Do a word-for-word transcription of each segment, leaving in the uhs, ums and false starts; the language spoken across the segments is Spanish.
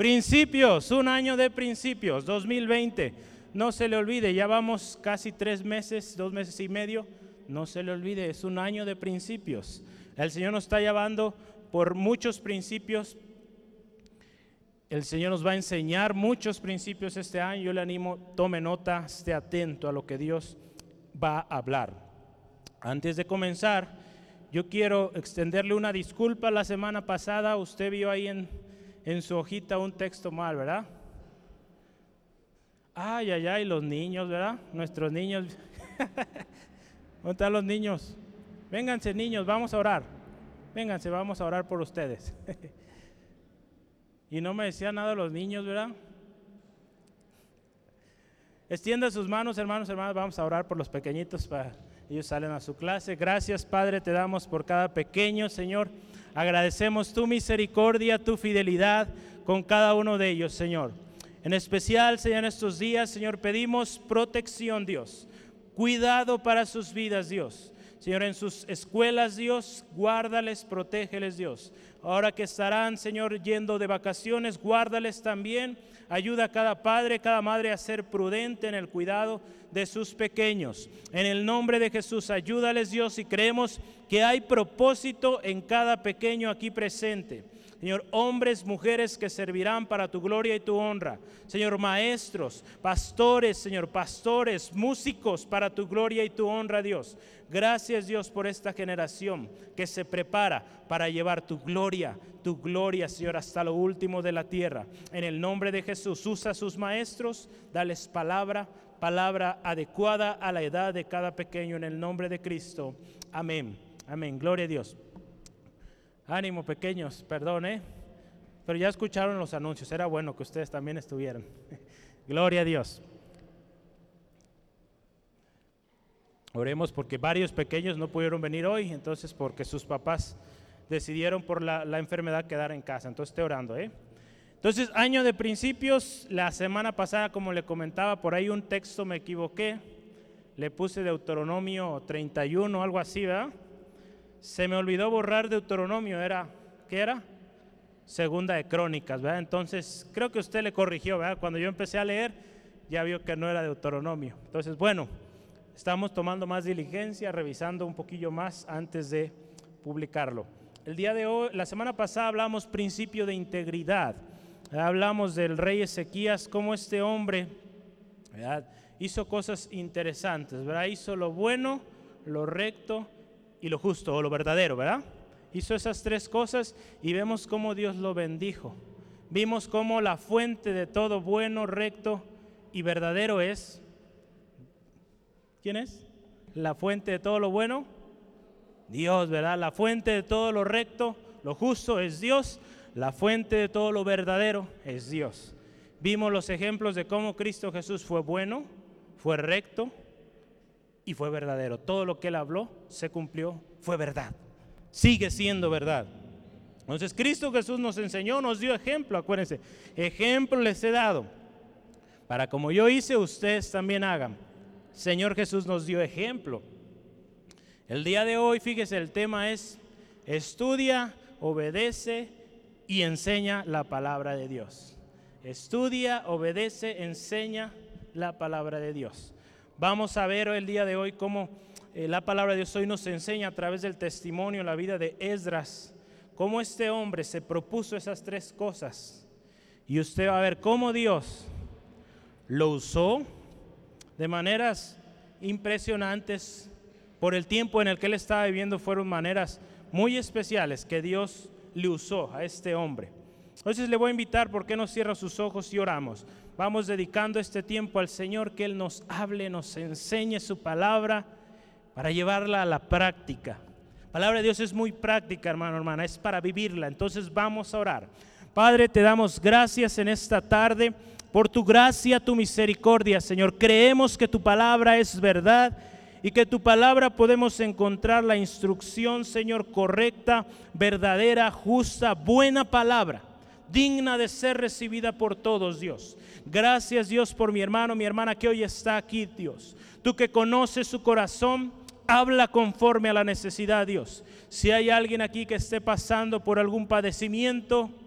Principios, un año de principios, dos mil veinte. No se le olvide, ya vamos casi tres meses, dos meses y medio. No se le olvide, es un año de principios. El Señor nos está llevando por muchos principios. El Señor nos va a enseñar muchos principios este año. Yo le animo, tome nota, esté atento a lo que Dios va a hablar. Antes de comenzar, yo quiero extenderle una disculpa. La semana pasada usted vio ahí en, en su hojita un texto mal, ¿verdad? Ay, ay, ay, los niños, ¿verdad? Nuestros niños. ¿Dónde están los niños? Vénganse, niños, vamos a orar. Vénganse, vamos a orar por ustedes. Y no me decía nada los niños, ¿verdad? Extienda sus manos, hermanos, hermanas, vamos a orar por los pequeñitos para ellos salen a su clase. Gracias, Padre, te damos por cada pequeño, Señor. Agradecemos tu misericordia, tu fidelidad con cada uno de ellos, Señor. En especial, Señor, en estos días, Señor, pedimos protección, Dios. Cuidado para sus vidas, Dios. Señor, en sus escuelas, Dios, guárdales, protégeles, Dios. Ahora que estarán, Señor, yendo de vacaciones, guárdales también. Ayuda a cada padre, cada madre a ser prudente en el cuidado de sus pequeños. En el nombre de Jesús, ayúdales, Dios, y creemos que hay propósito en cada pequeño aquí presente. Señor, hombres, mujeres que servirán para tu gloria y tu honra. Señor, maestros, pastores, Señor, pastores, músicos para tu gloria y tu honra, Dios. Gracias, Dios, por esta generación que se prepara para llevar tu gloria, tu gloria, Señor, hasta lo último de la tierra. En el nombre de Jesús, usa a sus maestros, dales palabra, palabra adecuada a la edad de cada pequeño, en el nombre de Cristo. Amén, amén, gloria a Dios. Ánimo, pequeños, perdón, ¿eh? Pero ya escucharon los anuncios, era bueno que ustedes también estuvieran. Gloria a Dios. Oremos porque varios pequeños no pudieron venir hoy, entonces porque sus papás decidieron por la, la enfermedad quedar en casa, entonces esté orando, ¿eh? Entonces, año de principios, la semana pasada, como le comentaba, por ahí un texto me equivoqué, le puse Deuteronomio treinta y uno, algo así, ¿verdad? Se me olvidó borrar Deuteronomio, era, ¿qué era? Segunda de Crónicas, ¿verdad? Entonces, creo que usted le corrigió, ¿verdad? Cuando yo empecé a leer, ya vio que no era Deuteronomio. Entonces, bueno, estamos tomando más diligencia, revisando un poquillo más antes de publicarlo. El día de hoy, la semana pasada hablamos principio de integridad. Hablamos del rey Ezequías, cómo este hombre, ¿verdad?, hizo cosas interesantes, ¿verdad? Hizo lo bueno, lo recto y lo justo o lo verdadero, ¿verdad? Hizo esas tres cosas y vemos cómo Dios lo bendijo. Vimos cómo la fuente de todo bueno, recto y verdadero es, ¿quién es? La fuente de todo lo bueno, Dios, ¿verdad? La fuente de todo lo recto, lo justo es Dios. La fuente de todo lo verdadero es Dios. Vimos los ejemplos de cómo Cristo Jesús fue bueno, fue recto y fue verdadero. Todo lo que Él habló se cumplió, fue verdad. Sigue siendo verdad. Entonces Cristo Jesús nos enseñó, nos dio ejemplo, acuérdense. Ejemplo les he dado, para como yo hice, ustedes también hagan. Señor Jesús nos dio ejemplo. El día de hoy, fíjese, el tema es estudia, obedece y enseña la palabra de Dios. Estudia, obedece, enseña la palabra de Dios. Vamos a ver el día de hoy cómo eh, la palabra de Dios hoy nos enseña a través del testimonio, la vida de Esdras, cómo este hombre se propuso esas tres cosas. Y usted va a ver cómo Dios lo usó de maneras impresionantes. Por el tiempo en el que él estaba viviendo, fueron maneras muy especiales que Dios le usó a este hombre. Entonces le voy a invitar, ¿por qué no cierra sus ojos y oramos? Vamos dedicando este tiempo al Señor, que Él nos hable, nos enseñe su palabra para llevarla a la práctica. La palabra de Dios es muy práctica, hermano, hermana, es para vivirla. Entonces vamos a orar. Padre, te damos gracias en esta tarde por tu gracia, tu misericordia, Señor. Creemos que tu palabra es verdad y que tu palabra podemos encontrar la instrucción, Señor, correcta, verdadera, justa, buena palabra, digna de ser recibida por todos, Dios. Gracias, Dios, por mi hermano, mi hermana que hoy está aquí, Dios. Tú que conoces su corazón, habla conforme a la necesidad, Dios. Si hay alguien aquí que esté pasando por algún padecimiento,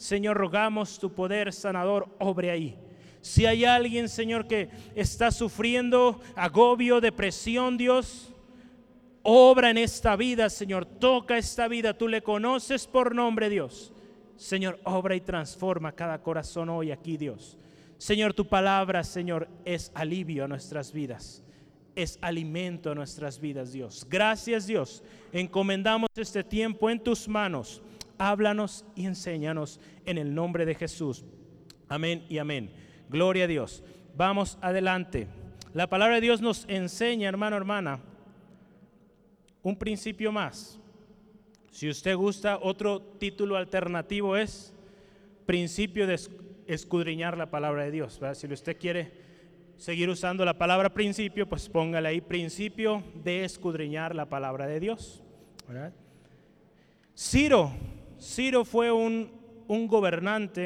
Señor, rogamos tu poder sanador obre ahí. Si hay alguien, Señor, que está sufriendo agobio, depresión, Dios, obra en esta vida, Señor, toca esta vida, tú le conoces por nombre, Dios. Señor, obra y transforma cada corazón hoy aquí, Dios. Señor, tu palabra, Señor, es alivio a nuestras vidas, es alimento a nuestras vidas, Dios. Gracias, Dios, encomendamos este tiempo en tus manos. Háblanos y enséñanos en el nombre de Jesús. Amén y amén. Gloria a Dios. Vamos adelante. La palabra de Dios nos enseña, hermano, hermana, un principio más. Si usted gusta, otro título alternativo es principio de escudriñar la palabra de Dios, ¿verdad? Si usted quiere seguir usando la palabra principio, pues póngale ahí principio de escudriñar la palabra de Dios, ¿verdad? Ciro, Ciro fue un, un gobernante,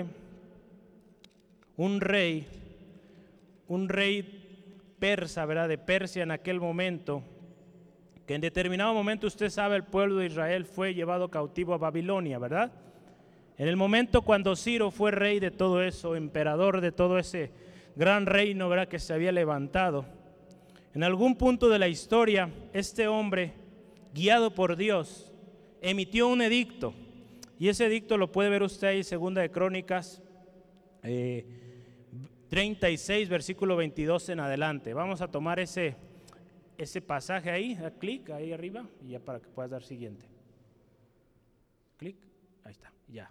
un rey, un rey persa, ¿verdad? De Persia en aquel momento, que en determinado momento, usted sabe, el pueblo de Israel fue llevado cautivo a Babilonia, ¿verdad? En el momento cuando Ciro fue rey de todo eso, emperador de todo ese gran reino, ¿verdad?, que se había levantado, en algún punto de la historia, este hombre, guiado por Dios, emitió un edicto, y ese edicto lo puede ver usted ahí, Segunda de Crónicas eh, treinta y seis, versículo veintidós en adelante. Vamos a tomar ese, ese pasaje ahí, da clic ahí arriba, y ya para que puedas dar siguiente. Clic, ahí está, ya.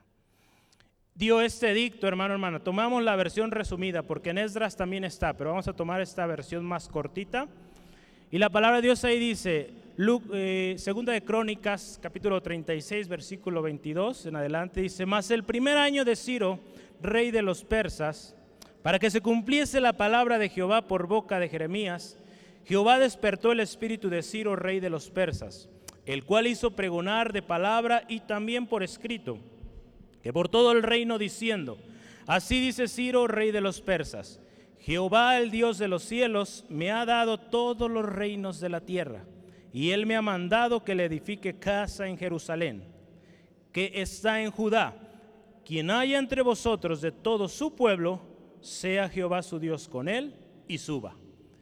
Dio este edicto, hermano, hermana. Tomamos la versión resumida, porque en Esdras también está, pero vamos a tomar esta versión más cortita. Y la palabra de Dios ahí dice, Luke, eh, Segunda de Crónicas, capítulo treinta y seis, versículo veintidós en adelante, dice: mas el primer año de Ciro, rey de los persas, para que se cumpliese la palabra de Jehová por boca de Jeremías, Jehová despertó el espíritu de Ciro, rey de los persas, el cual hizo pregonar de palabra y también por escrito, que por todo el reino diciendo: así dice Ciro, rey de los persas, Jehová, el Dios de los cielos, me ha dado todos los reinos de la tierra, y él me ha mandado que le edifique casa en Jerusalén, que está en Judá. Quien haya entre vosotros de todo su pueblo, sea Jehová su Dios con él y suba.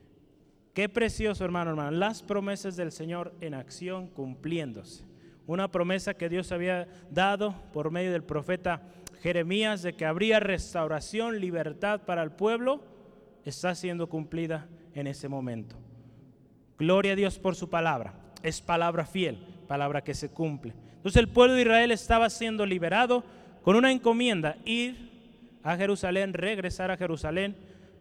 Qué precioso, hermano, hermano, las promesas del Señor en acción cumpliéndose. Una promesa que Dios había dado por medio del profeta Jeremías de que habría restauración, libertad para el pueblo, está siendo cumplida en ese momento. Gloria a Dios por su palabra. Es palabra fiel, palabra que se cumple. Entonces el pueblo de Israel estaba siendo liberado con una encomienda: ir a Jerusalén, regresar a Jerusalén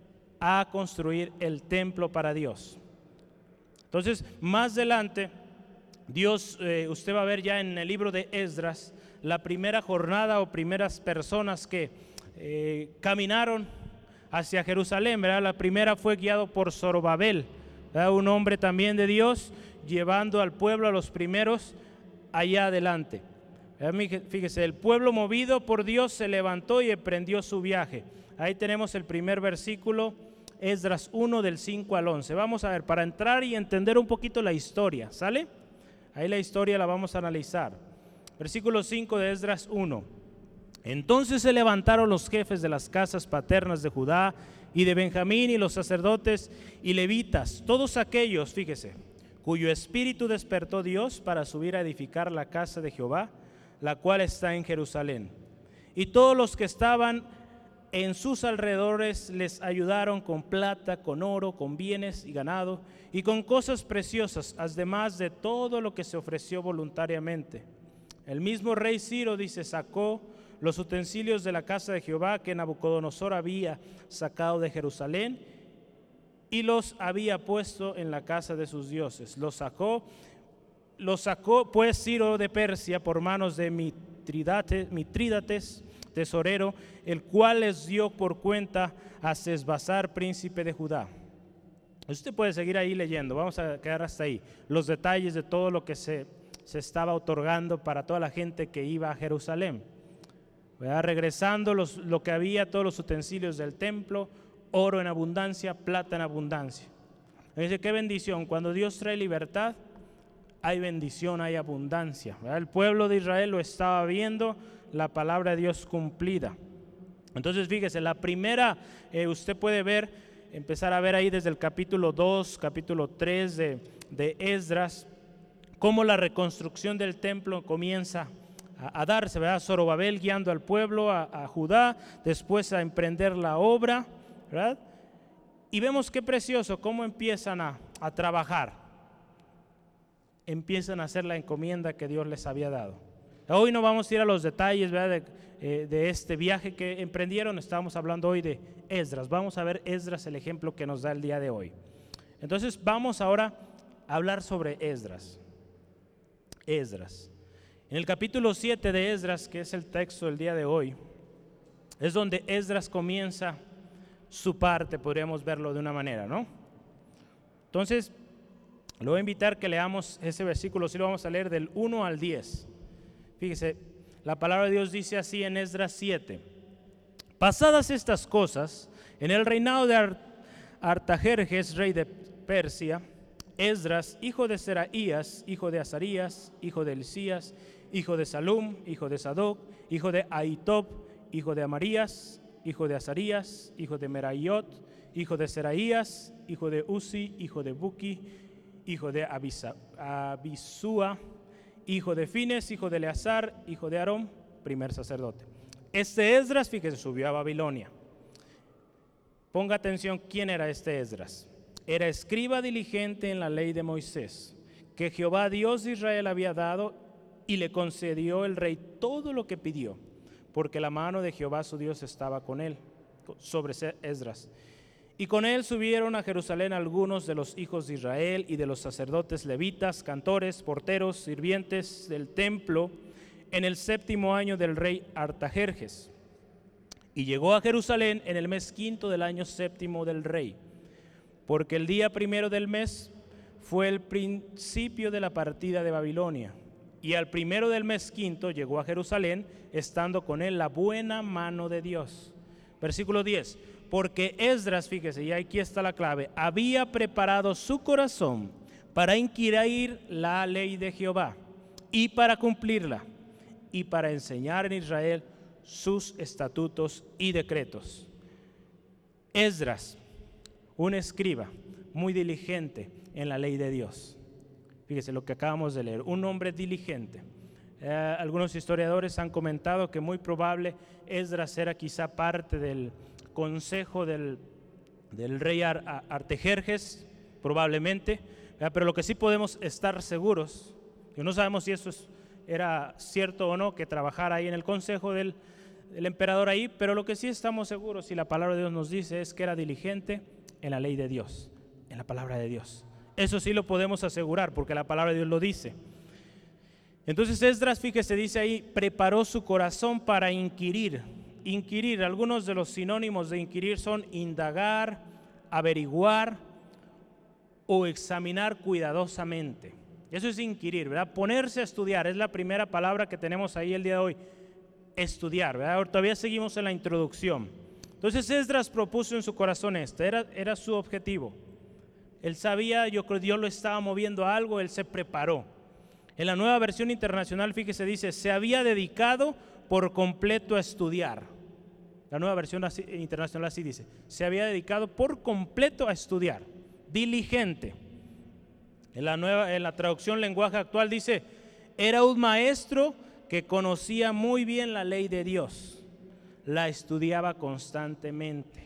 a construir el templo para Dios. Entonces, más adelante, Dios, eh, usted va a ver ya en el libro de Esdras, la primera jornada o primeras personas que eh, caminaron hacia Jerusalén, ¿verdad? La primera fue guiado por Zorobabel, ¿verdad? Un hombre también de Dios, llevando al pueblo, a los primeros, allá adelante. Fíjese, el pueblo movido por Dios se levantó y emprendió su viaje. Ahí tenemos el primer versículo, Esdras uno, del cinco al once. Vamos a ver, para entrar y entender un poquito la historia, ¿sale? Ahí la historia la vamos a analizar. Versículo cinco de Esdras uno. Entonces se levantaron los jefes de las casas paternas de Judá y de Benjamín, y los sacerdotes y levitas, todos aquellos, fíjese, cuyo espíritu despertó Dios para subir a edificar la casa de Jehová, la cual está en Jerusalén. Y todos los que estaban en sus alrededores les ayudaron con plata, con oro, con bienes y ganado, y con cosas preciosas, además de todo lo que se ofreció voluntariamente. El mismo rey Ciro, dice, sacó los utensilios de la casa de Jehová que Nabucodonosor había sacado de Jerusalén, y los había puesto en la casa de sus dioses. Los sacó, los sacó pues Ciro de Persia por manos de Mitrídates, Mitrídates, tesorero, el cual les dio por cuenta a Sesbazar, príncipe de Judá. Usted puede seguir ahí leyendo, vamos a quedar hasta ahí, los detalles de todo lo que se, se estaba otorgando para toda la gente que iba a Jerusalén. ¿Verdad? Regresando los, lo que había, todos los utensilios del templo, oro en abundancia, plata en abundancia. Dice, qué bendición, cuando Dios trae libertad, hay bendición, hay abundancia. ¿Verdad? El pueblo de Israel lo estaba viendo, la palabra de Dios cumplida. Entonces fíjese, la primera, eh, usted puede ver, empezar a ver ahí desde el capítulo dos, capítulo tres de, de Esdras, cómo la reconstrucción del templo comienza a, a darse, ¿verdad? Zorobabel guiando al pueblo, a, a Judá, después a emprender la obra, ¿verdad? Y vemos qué precioso, cómo empiezan a, a trabajar, empiezan a hacer la encomienda que Dios les había dado. Hoy no vamos a ir a los detalles, ¿verdad? de, eh, de este viaje que emprendieron, estamos hablando hoy de Esdras. Vamos a ver Esdras, el ejemplo que nos da el día de hoy. Entonces vamos ahora a hablar sobre Esdras. Esdras. En el capítulo siete de Esdras, que es el texto del día de hoy, es donde Esdras comienza su parte, podríamos verlo de una manera, ¿no? Entonces, le voy a invitar que leamos ese versículo, sí lo vamos a leer del uno al diez. Fíjese, la palabra de Dios dice así en Esdras siete. Pasadas estas cosas, en el reinado de Artajerjes, rey de Persia, Esdras, hijo de Seraías, hijo de Azarías, hijo de Elisías, hijo de Salum, hijo de Sadoc, hijo de Ahitob, hijo de Amarías, hijo de Azarías, hijo de Meraiot, hijo de Seraías, hijo de Uzi, hijo de Buki, hijo de Abisa, Abisúa, hijo de Fines, hijo de Eleazar, hijo de Aarón, primer sacerdote. Este Esdras, fíjese, subió a Babilonia. Ponga atención, ¿quién era este Esdras? Era escriba diligente en la ley de Moisés, que Jehová Dios de Israel había dado, y le concedió el rey todo lo que pidió, porque la mano de Jehová su Dios estaba con él, sobre Esdras. Y con él subieron a Jerusalén algunos de los hijos de Israel y de los sacerdotes levitas, cantores, porteros, sirvientes del templo, en el séptimo año del rey Artajerjes. Y llegó a Jerusalén en el mes quinto del año séptimo del rey, porque el día primero del mes fue el principio de la partida de Babilonia. Y al primero del mes quinto llegó a Jerusalén, estando con él la buena mano de Dios. Versículo diez. Porque Esdras, fíjese, y aquí está la clave, había preparado su corazón para inquirir la ley de Jehová y para cumplirla, y para enseñar en Israel sus estatutos y decretos. Esdras, un escriba muy diligente en la ley de Dios. Fíjese lo que acabamos de leer, un hombre diligente. Eh, algunos historiadores han comentado que muy probable Esdras era quizá parte del consejo del, del rey Ar, Artajerjes, probablemente, ¿verdad? Pero lo que sí podemos estar seguros, que no sabemos si eso es, era cierto o no, que trabajara ahí en el consejo del, del emperador ahí, pero lo que sí estamos seguros, y la palabra de Dios nos dice, es que era diligente en la ley de Dios, en la palabra de Dios. Eso sí lo podemos asegurar, porque la palabra de Dios lo dice. Entonces Esdras, fíjese, dice ahí, preparó su corazón para inquirir. Inquirir, algunos de los sinónimos de inquirir son indagar, averiguar o examinar cuidadosamente. Eso es inquirir, ¿verdad? Ponerse a estudiar, es la primera palabra que tenemos ahí el día de hoy, estudiar, ¿verdad? Todavía seguimos en la introducción. Entonces Esdras propuso en su corazón esto, era, era su objetivo. Él sabía, yo creo que Dios lo estaba moviendo a algo, él se preparó. En la Nueva Versión Internacional, fíjese, dice, se había dedicado por completo a estudiar. La Nueva Versión así, Internacional así dice, se había dedicado por completo a estudiar, diligente. En la, nueva, en la traducción lenguaje actual dice, era un maestro que conocía muy bien la ley de Dios, la estudiaba constantemente.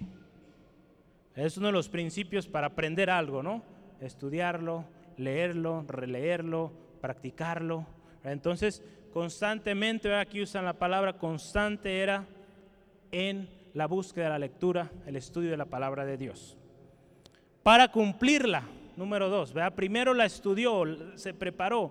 Es uno de los principios para aprender algo, ¿no? Estudiarlo, leerlo, releerlo, practicarlo. Entonces, constantemente, aquí usan la palabra constante, era en la búsqueda de la lectura, el estudio de la palabra de Dios. Para cumplirla, número dos, ¿verdad? Primero la estudió, se preparó.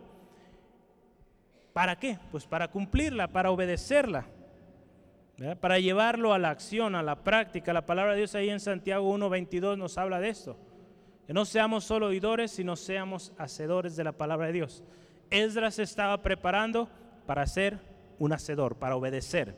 ¿Para qué? Pues para cumplirla, para obedecerla, ¿verdad? Para llevarlo a la acción, a la práctica. La palabra de Dios ahí en Santiago uno veintidós nos habla de esto. Que no seamos solo oidores, sino seamos hacedores de la palabra de Dios. Esdras se estaba preparando para ser un hacedor, para obedecer.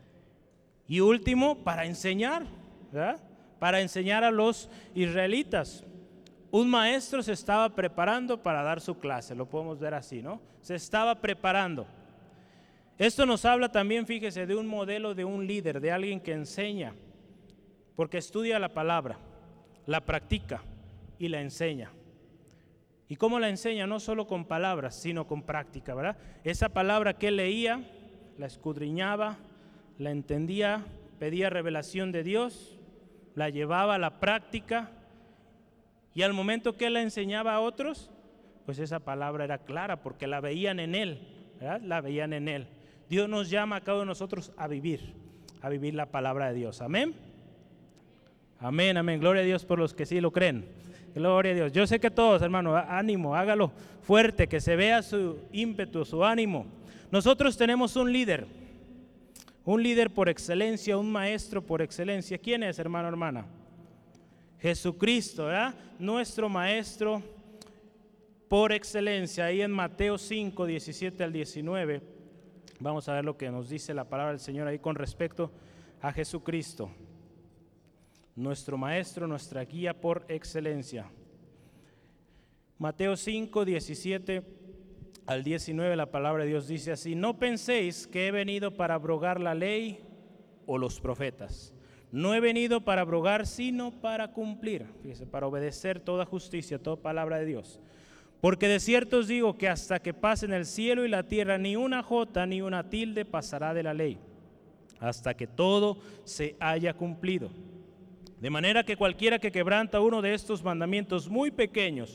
Y último, para enseñar, ¿verdad? Para enseñar a los israelitas. Un maestro se estaba preparando para dar su clase, lo podemos ver así, ¿no? Se estaba preparando. Esto nos habla también, fíjese, de un modelo de un líder, de alguien que enseña, porque estudia la palabra, la practica y la enseña. ¿Y cómo la enseña? No solo con palabras, sino con práctica, ¿verdad? Esa palabra que él leía, la escudriñaba, la entendía, pedía revelación de Dios, la llevaba a la práctica, y al momento que él la enseñaba a otros, pues esa palabra era clara porque la veían en él, ¿verdad? La veían en él. Dios nos llama a cada uno de nosotros a vivir, a vivir la palabra de Dios. Amén. Amén, amén. Gloria a Dios por los que sí lo creen. Gloria a Dios. Yo sé que todos, hermano, ánimo, hágalo fuerte, que se vea su ímpetu, su ánimo. Nosotros tenemos un líder, un líder por excelencia, un maestro por excelencia. ¿Quién es, hermano, hermana? Jesucristo, ¿verdad? Nuestro maestro por excelencia. Ahí en Mateo cinco, diecisiete al diecinueve, vamos a ver lo que nos dice la palabra del Señor ahí con respecto a Jesucristo. Nuestro maestro, nuestra guía por excelencia. Mateo cinco, diecisiete al diecinueve, la palabra de Dios dice así: no penséis que he venido para abrogar la ley o los profetas. No he venido para abrogar, sino para cumplir. Fíjese, para obedecer toda justicia, toda palabra de Dios. Porque de cierto os digo que hasta que pasen el cielo y la tierra, ni una jota ni una tilde pasará de la ley, hasta que todo se haya cumplido. De manera que cualquiera que quebranta uno de estos mandamientos muy pequeños,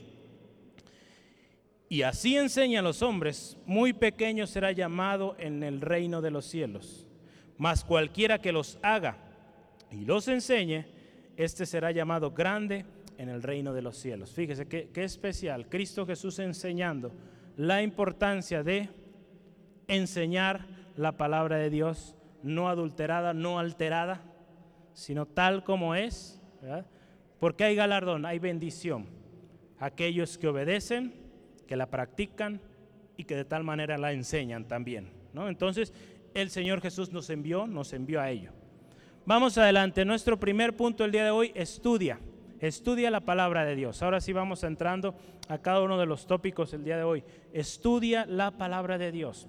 y así enseña a los hombres, muy pequeño será llamado en el reino de los cielos. Mas cualquiera que los haga y los enseñe, este será llamado grande en el reino de los cielos. Fíjese qué, qué especial, Cristo Jesús enseñando la importancia de enseñar la palabra de Dios, no adulterada, no alterada, sino tal como es, ¿verdad? Porque hay galardón, hay bendición. Aquellos que obedecen, que la practican y que de tal manera la enseñan también, ¿no? Entonces, el Señor Jesús nos envió, nos envió a ello. Vamos adelante, nuestro primer punto el día de hoy, estudia, estudia la palabra de Dios. Ahora sí vamos entrando a cada uno de los tópicos el día de hoy. Estudia la palabra de Dios.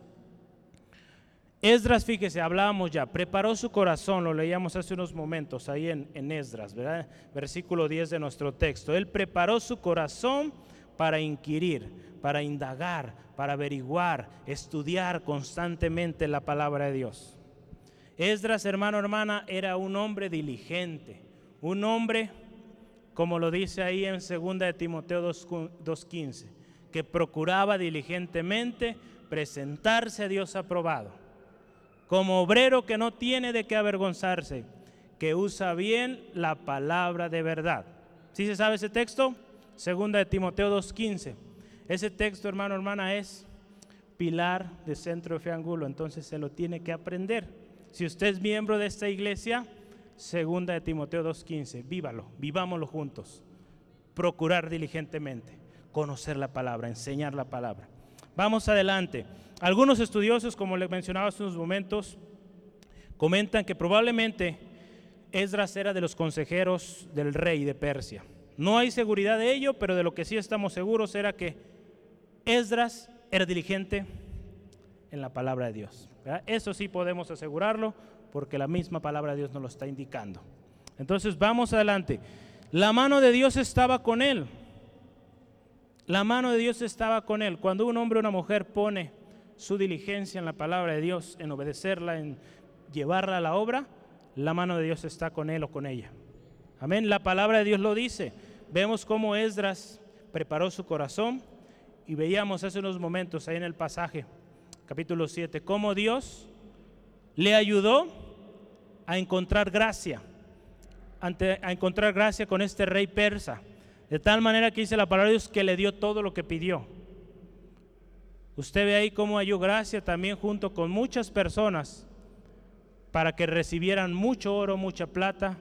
Esdras, fíjese, hablábamos ya, preparó su corazón, lo leíamos hace unos momentos ahí en, en Esdras, ¿verdad? Versículo diez de nuestro texto. Él preparó su corazón para inquirir, para indagar, para averiguar, estudiar constantemente la palabra de Dios. Esdras, hermano, hermana, era un hombre diligente, un hombre, como lo dice ahí en segunda de Timoteo dos quince, que procuraba diligentemente presentarse a Dios aprobado, como obrero que no tiene de qué avergonzarse, que usa bien la palabra de verdad. ¿Sí se sabe ese texto? Segunda de Timoteo dos quince. Ese texto, hermano, hermana, es pilar de Centro de Fe Angulo, entonces se lo tiene que aprender. Si usted es miembro de esta iglesia, segunda de Timoteo dos quince, vívalo, vivámoslo juntos. Procurar diligentemente, conocer la palabra, enseñar la palabra. Vamos adelante. Algunos estudiosos, como les mencionaba hace unos momentos, comentan que probablemente Esdras era de los consejeros del rey de Persia. No hay seguridad de ello, pero de lo que sí estamos seguros era que Esdras era diligente en la palabra de Dios, ¿verdad? Eso sí podemos asegurarlo porque la misma palabra de Dios nos lo está indicando. Entonces vamos adelante. La mano de Dios estaba con él. La mano de Dios estaba con él. Cuando un hombre o una mujer pone su diligencia en la palabra de Dios, en obedecerla, en llevarla a la obra, la mano de Dios está con él o con ella. Amén. La palabra de Dios lo dice. Vemos cómo Esdras preparó su corazón y veíamos hace unos momentos ahí en el pasaje, capítulo siete, cómo Dios le ayudó a encontrar gracia, ante, a encontrar gracia con este rey persa, de tal manera que dice la palabra de Dios que le dio todo lo que pidió. Usted ve ahí cómo halló gracia también junto con muchas personas para que recibieran mucho oro, mucha plata.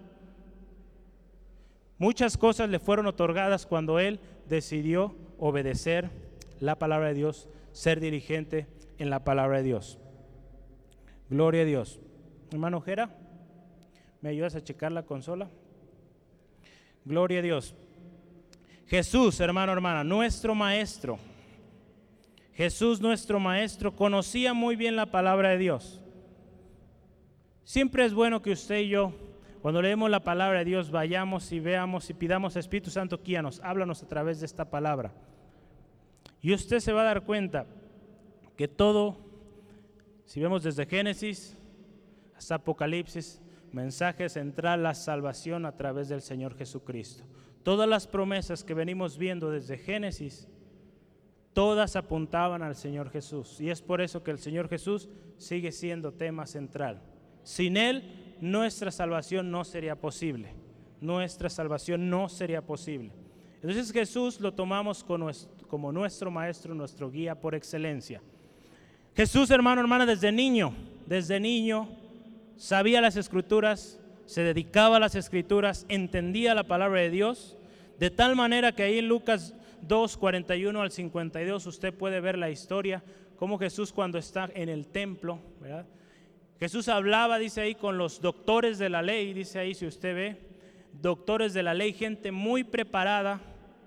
Muchas cosas le fueron otorgadas cuando él decidió obedecer la palabra de Dios, ser diligente en la palabra de Dios. Gloria a Dios. Hermano Jera, ¿me ayudas a checar la consola? Gloria a Dios. Jesús, hermano, hermana, nuestro maestro. Jesús, nuestro Maestro, conocía muy bien la palabra de Dios. Siempre es bueno que usted y yo, cuando leemos la palabra de Dios, vayamos y veamos y pidamos, Espíritu Santo, guíanos, háblanos a través de esta palabra. Y usted se va a dar cuenta que todo, si vemos desde Génesis hasta Apocalipsis, mensaje central, la salvación a través del Señor Jesucristo. Todas las promesas que venimos viendo desde Génesis, todas apuntaban al Señor Jesús. Y es por eso que el Señor Jesús sigue siendo tema central. Sin Él, nuestra salvación no sería posible. Nuestra salvación no sería posible. Entonces Jesús lo tomamos como nuestro Maestro, nuestro guía por excelencia. Jesús, hermano, hermana, desde niño, desde niño, sabía las Escrituras, se dedicaba a las Escrituras, entendía la palabra de Dios, de tal manera que ahí en Lucas dos, cuarenta y uno al cincuenta y dos, usted puede ver la historia, cómo Jesús cuando está en el templo, ¿verdad? Jesús hablaba, dice ahí, con los doctores de la ley, dice ahí, si usted ve, doctores de la ley, gente muy preparada,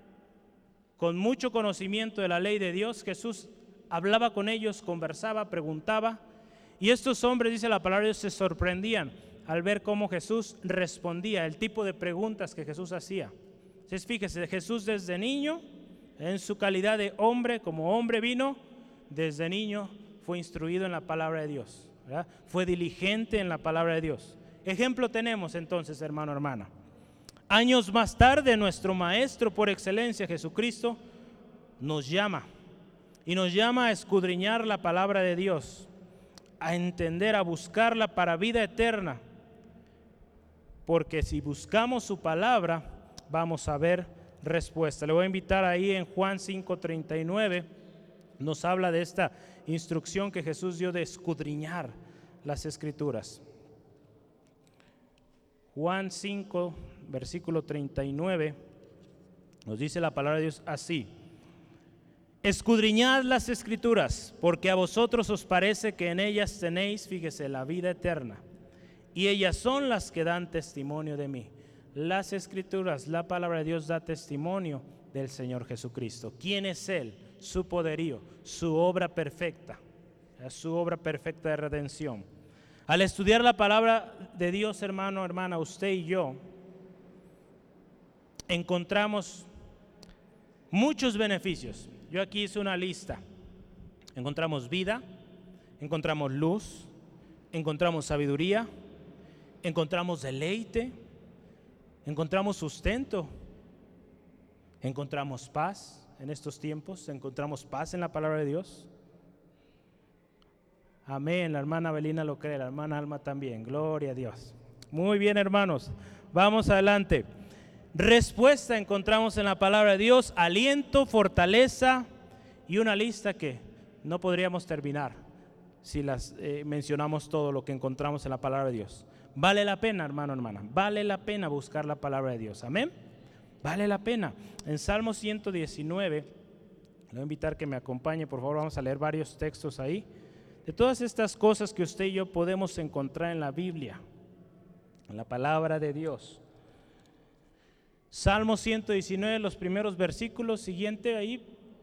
con mucho conocimiento de la ley de Dios. Jesús hablaba con ellos, conversaba, preguntaba, y estos hombres, dice la palabra de Dios, se sorprendían al ver cómo Jesús respondía, el tipo de preguntas que Jesús hacía. Entonces fíjese, Jesús desde niño, en su calidad de hombre, como hombre vino, desde niño fue instruido en la palabra de Dios, ¿verdad? Fue diligente en la palabra de Dios. Ejemplo tenemos entonces, hermano, hermana. Años más tarde, nuestro Maestro por excelencia, Jesucristo, nos llama y nos llama a escudriñar la palabra de Dios, a entender, a buscarla para vida eterna, porque si buscamos su palabra, vamos a ver respuesta. Le voy a invitar ahí en Juan cinco, treinta y nueve, nos habla de esta instrucción que Jesús dio de escudriñar las Escrituras. Juan cinco, versículo treinta y nueve, nos dice la palabra de Dios así: escudriñad las Escrituras, porque a vosotros os parece que en ellas tenéis, fíjese, la vida eterna, y ellas son las que dan testimonio de mí. Las Escrituras, la palabra de Dios da testimonio del Señor Jesucristo. ¿Quién es Él? Su poderío, su obra perfecta, su obra perfecta de redención. Al estudiar la palabra de Dios, hermano, hermana, usted y yo, encontramos muchos beneficios. Yo aquí hice una lista. Encontramos vida, encontramos luz, encontramos sabiduría, encontramos deleite, encontramos sustento, encontramos paz en estos tiempos, encontramos paz en la palabra de Dios. Amén, la hermana Belina lo cree, la hermana Alma también, gloria a Dios. Muy bien, hermanos, vamos adelante. Respuesta encontramos en la palabra de Dios, aliento, fortaleza y una lista que no podríamos terminar si las eh, mencionamos todo lo que encontramos en la palabra de Dios. Vale la pena, hermano, hermana, vale la pena buscar la palabra de Dios, amén, vale la pena. En Salmo ciento diecinueve, le voy a invitar que me acompañe, por favor, vamos a leer varios textos ahí, de todas estas cosas que usted y yo podemos encontrar en la Biblia, en la palabra de Dios. Salmo ciento diecinueve, los primeros versículos, siguiente ahí,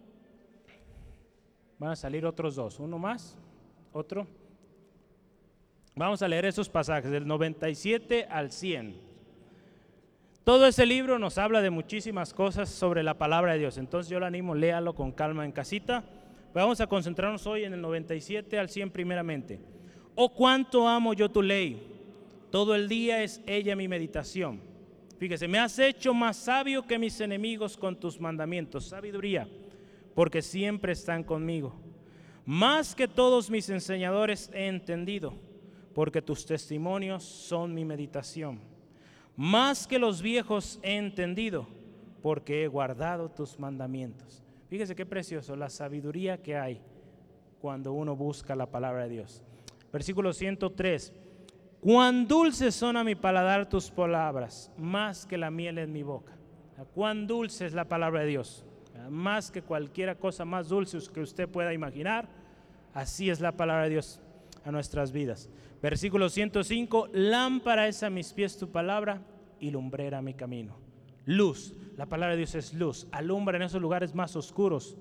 van a salir otros dos, uno más, otro. Vamos a leer esos pasajes, del noventa y siete al cien. Todo ese libro nos habla de muchísimas cosas sobre la palabra de Dios, entonces yo le animo, léalo con calma en casita. Vamos a concentrarnos hoy en el noventa y siete al cien primeramente. Oh, cuánto amo yo tu ley, todo el día es ella mi meditación. Fíjese, me has hecho más sabio que mis enemigos con tus mandamientos, sabiduría, porque siempre están conmigo. Más que todos mis enseñadores he entendido, porque tus testimonios son mi meditación. Más que los viejos he entendido, porque he guardado tus mandamientos. Fíjese qué precioso la sabiduría que hay cuando uno busca la palabra de Dios. Versículo ciento tres. Cuán dulces son a mi paladar tus palabras, más que la miel en mi boca. Cuán dulce es la palabra de Dios, más que cualquier cosa más dulce que usted pueda imaginar. Así es la palabra de Dios a nuestras vidas. Versículo ciento cinco, lámpara es a mis pies tu palabra y lumbrera mi camino. Luz, la palabra de Dios es luz, alumbra en esos lugares más oscuros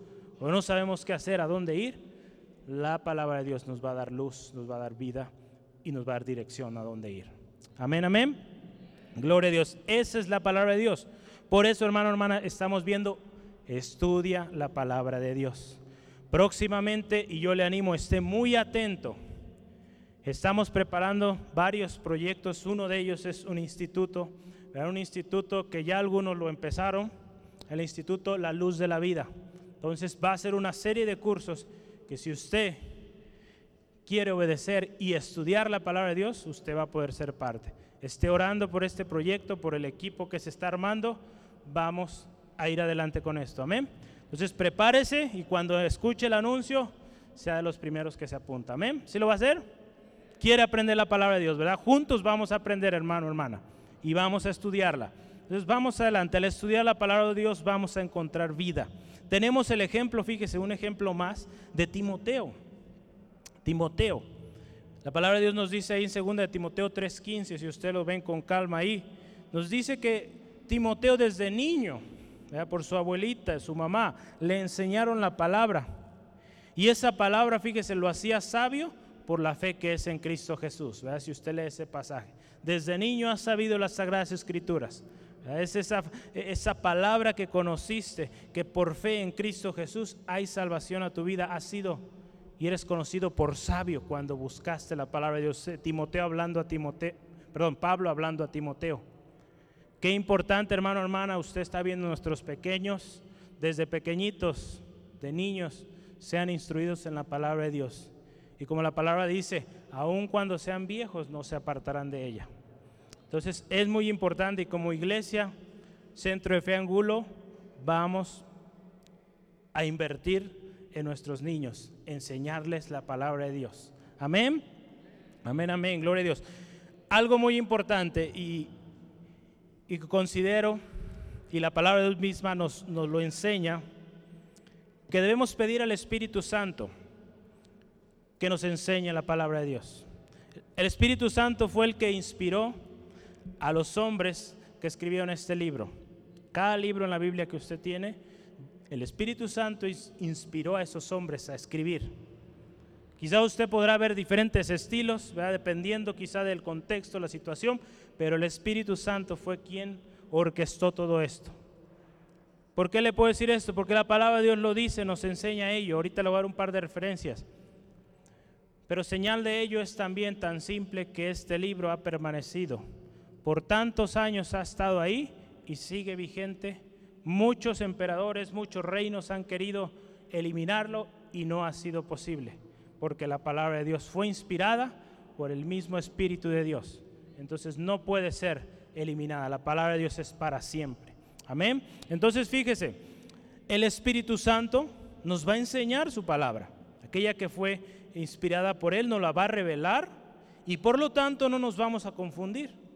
o no sabemos qué hacer, a dónde ir, la palabra de Dios nos va a dar luz, nos va a dar vida y nos va a dar dirección a dónde ir. Amén, amén. Gloria a Dios. Esa es la palabra de Dios. Por eso, hermano, hermana, estamos viendo, estudia la palabra de Dios. Próximamente, y yo le animo, esté muy atento. Estamos preparando varios proyectos. Uno de ellos es un instituto, ¿verdad? Un instituto que ya algunos lo empezaron, el Instituto La Luz de la Vida. Entonces va a ser una serie de cursos que si usted quiere obedecer y estudiar la palabra de Dios, usted va a poder ser parte. Esté orando por este proyecto, por el equipo que se está armando, vamos a ir adelante con esto, amén. Entonces prepárese y cuando escuche el anuncio, sea de los primeros que se apunta, amén. ¿Sí lo va a hacer? Quiere aprender la palabra de Dios, ¿verdad? Juntos vamos a aprender, hermano, hermana, y vamos a estudiarla. Entonces vamos adelante, al estudiar la palabra de Dios vamos a encontrar vida. Tenemos el ejemplo, fíjese, un ejemplo más de Timoteo. Timoteo. La palabra de Dios nos dice ahí en segunda de Timoteo tres quince, si usted lo ven con calma ahí, nos dice que Timoteo desde niño, ¿verdad? Por su abuelita, su mamá, le enseñaron la palabra. Y esa palabra, fíjese, lo hacía sabio por la fe que es en Cristo Jesús, ¿verdad? Si usted lee ese pasaje. Desde niño has sabido las Sagradas Escrituras. ¿Verdad? Es esa, esa palabra que conociste, que por fe en Cristo Jesús hay salvación a tu vida, has sido y eres conocido por sabio cuando buscaste la palabra de Dios. Timoteo hablando a Timoteo, perdón, Pablo hablando a Timoteo. Qué importante, hermano, hermana, usted está viendo nuestros pequeños, desde pequeñitos, de niños, sean instruidos en la palabra de Dios. Y como la palabra dice, aun cuando sean viejos no se apartarán de ella. Entonces es muy importante y como iglesia, Centro de Fe Angulo, vamos a invertir en nuestros niños, enseñarles la palabra de Dios. Amén, amén, amén, gloria a Dios. Algo muy importante y, y considero, y la palabra de Dios misma nos, nos lo enseña, que debemos pedir al Espíritu Santo que nos enseñe la palabra de Dios. El Espíritu Santo fue el que inspiró a los hombres que escribieron este libro. Cada libro en la Biblia que usted tiene, el Espíritu Santo inspiró a esos hombres a escribir. Quizá usted podrá ver diferentes estilos, ¿verdad? Dependiendo quizá del contexto, la situación, pero el Espíritu Santo fue quien orquestó todo esto. ¿Por qué le puedo decir esto? Porque la palabra de Dios lo dice, nos enseña ello. Ahorita le voy a dar un par de referencias. Pero señal de ello es también tan simple que este libro ha permanecido. Por tantos años ha estado ahí y sigue vigente. Muchos emperadores, muchos reinos han querido eliminarlo y no ha sido posible, porque la palabra de Dios fue inspirada por el mismo Espíritu de Dios. Entonces no puede ser eliminada. La palabra de Dios es para siempre. Amén. Entonces fíjese, el Espíritu Santo nos va a enseñar su palabra. Aquella que fue inspirada por Él nos la va a revelar y por lo tanto no nos vamos a confundir.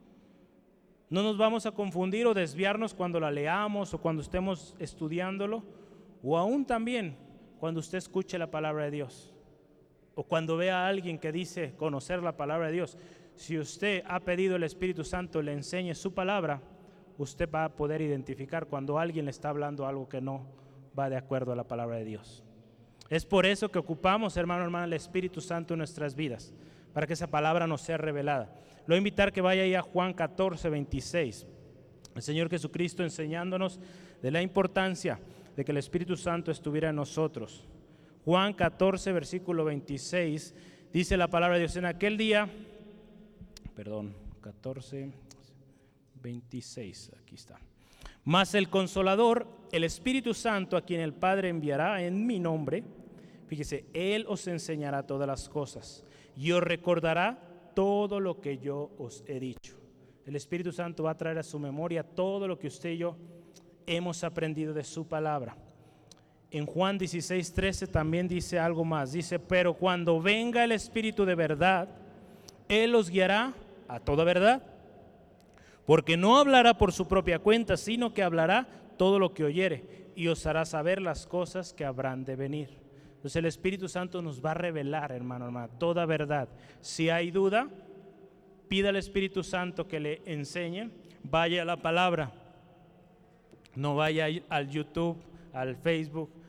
No nos vamos a confundir o desviarnos cuando la leamos o cuando estemos estudiándolo, o aún también cuando usted escuche la palabra de Dios o cuando vea a alguien que dice conocer la palabra de Dios. Si usted ha pedido el Espíritu Santo le enseñe su palabra, usted va a poder identificar cuando alguien le está hablando algo que no va de acuerdo a la palabra de Dios. Es por eso que ocupamos, hermano, hermana, el Espíritu Santo en nuestras vidas, para que esa palabra nos sea revelada. Lo voy a invitar que vaya ahí a Juan catorce, veintiséis. El Señor Jesucristo enseñándonos de la importancia de que el Espíritu Santo estuviera en nosotros. Juan catorce, versículo veintiséis, dice la palabra de Dios: en aquel día, perdón, catorce, veintiséis, aquí está. Mas el Consolador, el Espíritu Santo, a quien el Padre enviará en mi nombre, fíjese, Él os enseñará todas las cosas y os recordará todo lo que yo os he dicho. El Espíritu Santo va a traer a su memoria todo lo que usted y yo hemos aprendido de su palabra. En Juan dieciséis, trece también dice algo más. Dice, pero cuando venga el Espíritu de verdad, Él os guiará a toda verdad, porque no hablará por su propia cuenta, sino que hablará todo lo que oyere y os hará saber las cosas que habrán de venir. Entonces el Espíritu Santo nos va a revelar, hermano, hermana, toda verdad. Si hay duda, pida al Espíritu Santo que le enseñe, vaya a la palabra, no vaya al YouTube, al Facebook,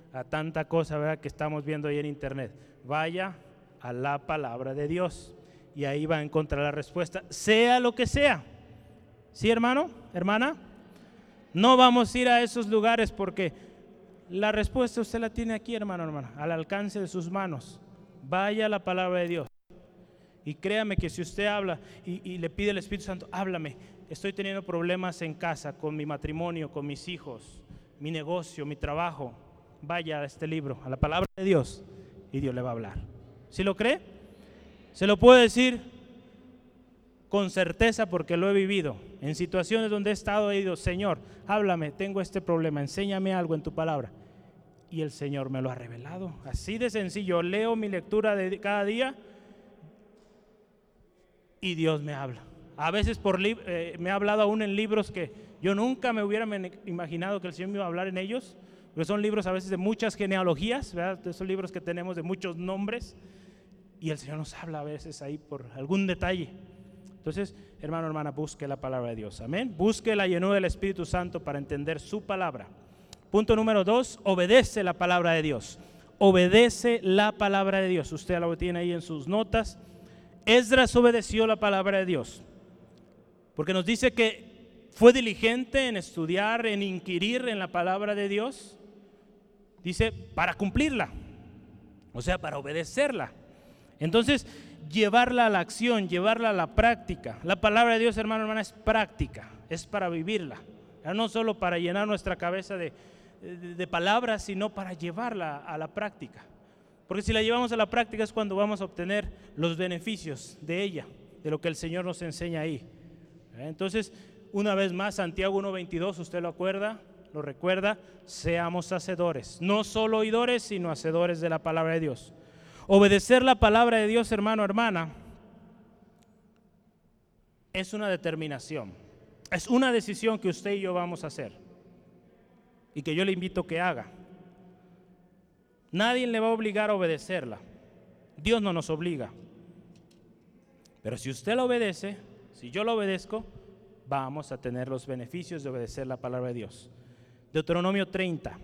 a tanta cosa, ¿verdad?, que estamos viendo ahí en internet. Vaya a la palabra de Dios y ahí va a encontrar la respuesta, sea lo que sea. ¿Sí, hermano, hermana? No vamos a ir a esos lugares porque la respuesta usted la tiene aquí, hermano, hermana, al alcance de sus manos. Vaya a la palabra de Dios. Y créame que si usted habla y, y le pide al Espíritu Santo, háblame, estoy teniendo problemas en casa, con mi matrimonio, con mis hijos, mi negocio, mi trabajo, vaya a este libro, a la palabra de Dios, y Dios le va a hablar. ¿Sí lo cree? Se lo puedo decir con certeza porque lo he vivido. En situaciones donde he estado, he dicho, Señor, háblame, tengo este problema, enséñame algo en tu palabra. Y el Señor me lo ha revelado. Así de sencillo, leo mi lectura de cada día y Dios me habla. A veces por eh, me ha hablado aún en libros que yo nunca me hubiera imaginado que el Señor me iba a hablar en ellos, porque son libros a veces de muchas genealogías, ¿verdad? Son libros que tenemos de muchos nombres y el Señor nos habla a veces ahí por algún detalle. Entonces, hermano, hermana, busque la palabra de Dios, amén. Busque la llenura del Espíritu Santo para entender su palabra. Punto número dos, obedece la palabra de Dios. Obedece la palabra de Dios. Usted lo tiene ahí en sus notas. Esdras obedeció la palabra de Dios, porque nos dice que fue diligente en estudiar, en inquirir en la palabra de Dios. Dice, para cumplirla, o sea, para obedecerla. Entonces, llevarla a la acción, llevarla a la práctica. La palabra de Dios, hermano, hermana, es práctica, es para vivirla. No solo para llenar nuestra cabeza de, de, de palabras, sino para llevarla a la práctica. Porque si la llevamos a la práctica es cuando vamos a obtener los beneficios de ella, de lo que el Señor nos enseña ahí. Entonces, una vez más, Santiago uno veintidós, usted lo acuerda, lo recuerda, seamos hacedores, no solo oidores, sino hacedores de la palabra de Dios. Obedecer la palabra de Dios, hermano, hermana, es una determinación, es una decisión que usted y yo vamos a hacer y que yo le invito a que haga. Nadie le va a obligar a obedecerla, Dios no nos obliga, pero si usted la obedece, si yo la obedezco, vamos a tener los beneficios de obedecer la palabra de Dios. Deuteronomio treinta.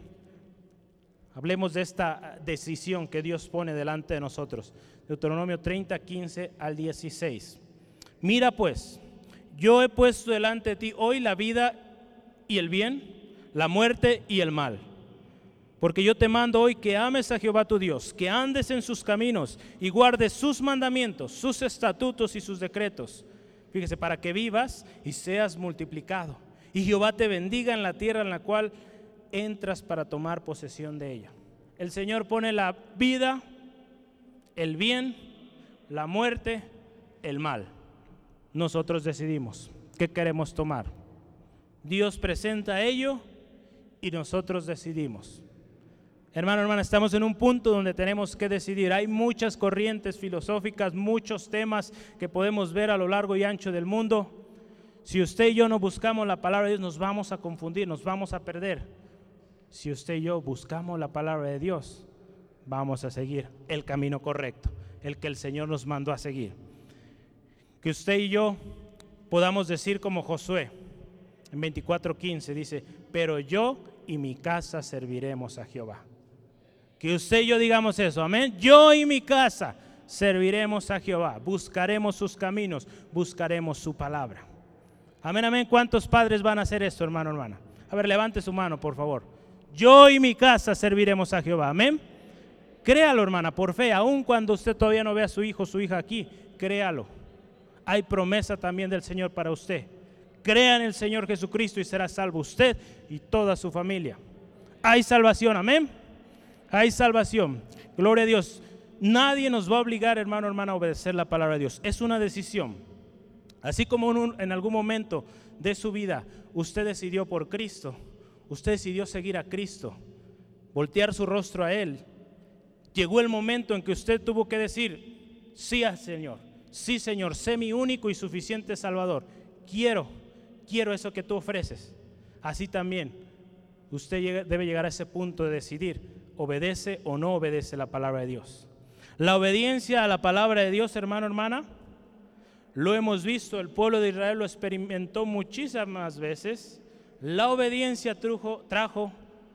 Hablemos de esta decisión que Dios pone delante de nosotros. Deuteronomio treinta, quince al dieciséis. Mira pues, yo he puesto delante de ti hoy la vida y el bien, la muerte y el mal. Porque yo te mando hoy que ames a Jehová tu Dios, que andes en sus caminos y guardes sus mandamientos, sus estatutos y sus decretos. Fíjese, para que vivas y seas multiplicado. Y Jehová te bendiga en la tierra en la cual entras para tomar posesión de ella. El Señor pone la vida, el bien, la muerte, el mal. Nosotros decidimos qué queremos tomar. Dios presenta ello y nosotros decidimos. Hermano, hermana, estamos en un punto donde tenemos que decidir. Hay muchas corrientes filosóficas, muchos temas que podemos ver a lo largo y ancho del mundo. Si usted y yo no buscamos la palabra de Dios, nos vamos a confundir, nos vamos a perder. Si usted y yo buscamos la palabra de Dios, vamos a seguir el camino correcto, el que el Señor nos mandó a seguir. Que usted y yo podamos decir como Josué, en veinticuatro quince dice, pero yo y mi casa serviremos a Jehová. Que usted y yo digamos eso, amén. Yo y mi casa serviremos a Jehová, buscaremos sus caminos, buscaremos su palabra. Amén, amén. ¿Cuántos padres van a hacer esto, hermano, hermana? A ver, levante su mano, por favor. Yo y mi casa serviremos a Jehová, amén. Créalo, hermana, por fe, aun cuando usted todavía no ve a su hijo o su hija aquí, créalo. Hay promesa también del Señor para usted. Crea en el Señor Jesucristo y será salvo usted y toda su familia. Hay salvación, amén. Hay salvación, gloria a Dios. Nadie nos va a obligar, hermano, hermana, a obedecer la palabra de Dios. Es una decisión. Así como en, un, en algún momento de su vida usted decidió por Cristo, usted decidió seguir a Cristo, voltear su rostro a Él. Llegó el momento en que usted tuvo que decir, sí al Señor, sí Señor, sé mi único y suficiente Salvador. Quiero, quiero eso que tú ofreces. Así también usted llega, debe llegar a ese punto de decidir, obedece o no obedece la palabra de Dios. La obediencia a la palabra de Dios, hermano, hermana, lo hemos visto, el pueblo de Israel lo experimentó muchísimas veces. La obediencia trujo, trajo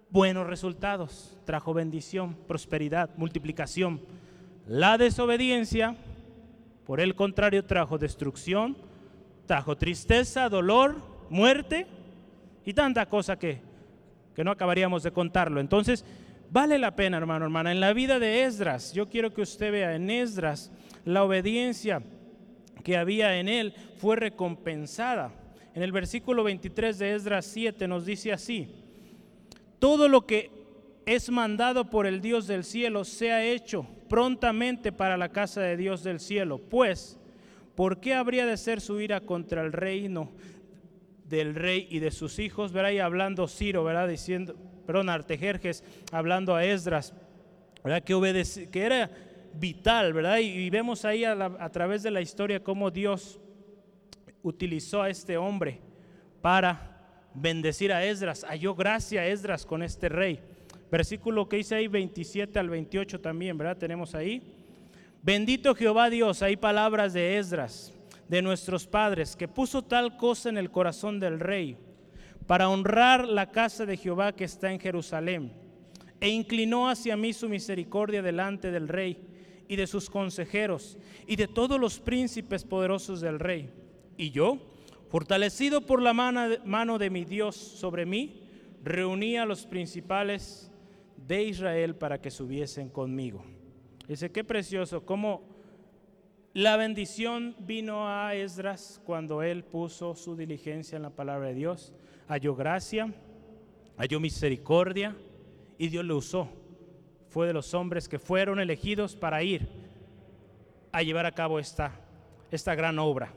buenos resultados, trajo bendición, prosperidad, multiplicación. La desobediencia, por el contrario, trajo destrucción, trajo tristeza, dolor, muerte y tanta cosa que, que no acabaríamos de contarlo. Entonces, vale la pena, hermano, hermana. En la vida de Esdras, yo quiero que usted vea en Esdras, la obediencia que había en él fue recompensada. En el versículo veintitrés de Esdras siete nos dice así: todo lo que es mandado por el Dios del cielo sea hecho prontamente para la casa de Dios del cielo. Pues, ¿por qué habría de ser su ira contra el reino del rey y de sus hijos? ¿Verdad? Y hablando Ciro, ¿verdad? Diciendo, perdón, Artajerjes, hablando a Esdras, ¿verdad? Que, obedece, que era vital, ¿verdad? Y, y vemos ahí a, la, a través de la historia cómo Dios utilizó a este hombre para bendecir a Esdras. Halló gracia a Esdras con este rey. Versículo que dice ahí veintisiete al veintiocho también, ¿verdad? Tenemos ahí: bendito Jehová Dios, hay palabras de Esdras, de nuestros padres, que puso tal cosa en el corazón del rey, para honrar la casa de Jehová que está en Jerusalén, e inclinó hacia mí su misericordia delante del rey y de sus consejeros y de todos los príncipes poderosos del rey. Y yo, fortalecido por la mano de mi Dios sobre mí, reuní a los principales de Israel para que subiesen conmigo. Dice, qué precioso, cómo la bendición vino a Esdras cuando él puso su diligencia en la palabra de Dios. Halló gracia, halló misericordia y Dios lo usó. Fue de los hombres que fueron elegidos para ir a llevar a cabo esta, esta gran obra.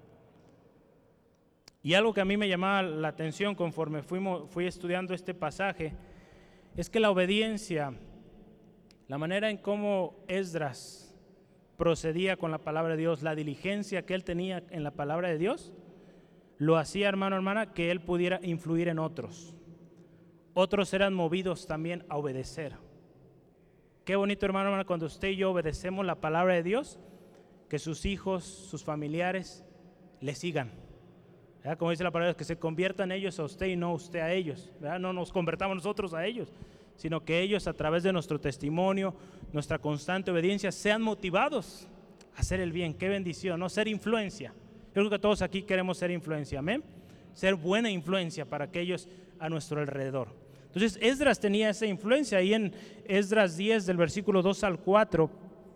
Y algo que a mí me llamaba la atención conforme fuimos, fui estudiando este pasaje, es que la obediencia, la manera en cómo Esdras procedía con la palabra de Dios, la diligencia que él tenía en la palabra de Dios, lo hacía, hermano, hermana, que él pudiera influir en otros. Otros eran movidos también a obedecer. Qué bonito, hermano, hermana, cuando usted y yo obedecemos la palabra de Dios, que sus hijos, sus familiares le sigan. ¿Verdad? Como dice la palabra, que se conviertan ellos a usted y no usted a ellos. ¿Verdad? No nos convertamos nosotros a ellos, sino que ellos, a través de nuestro testimonio, nuestra constante obediencia, sean motivados a hacer el bien. Qué bendición, no ser influencia. Yo creo que todos aquí queremos ser influencia, amén. Ser buena influencia para aquellos a nuestro alrededor. Entonces Esdras tenía esa influencia. Ahí en Esdras diez, del versículo dos al cuatro,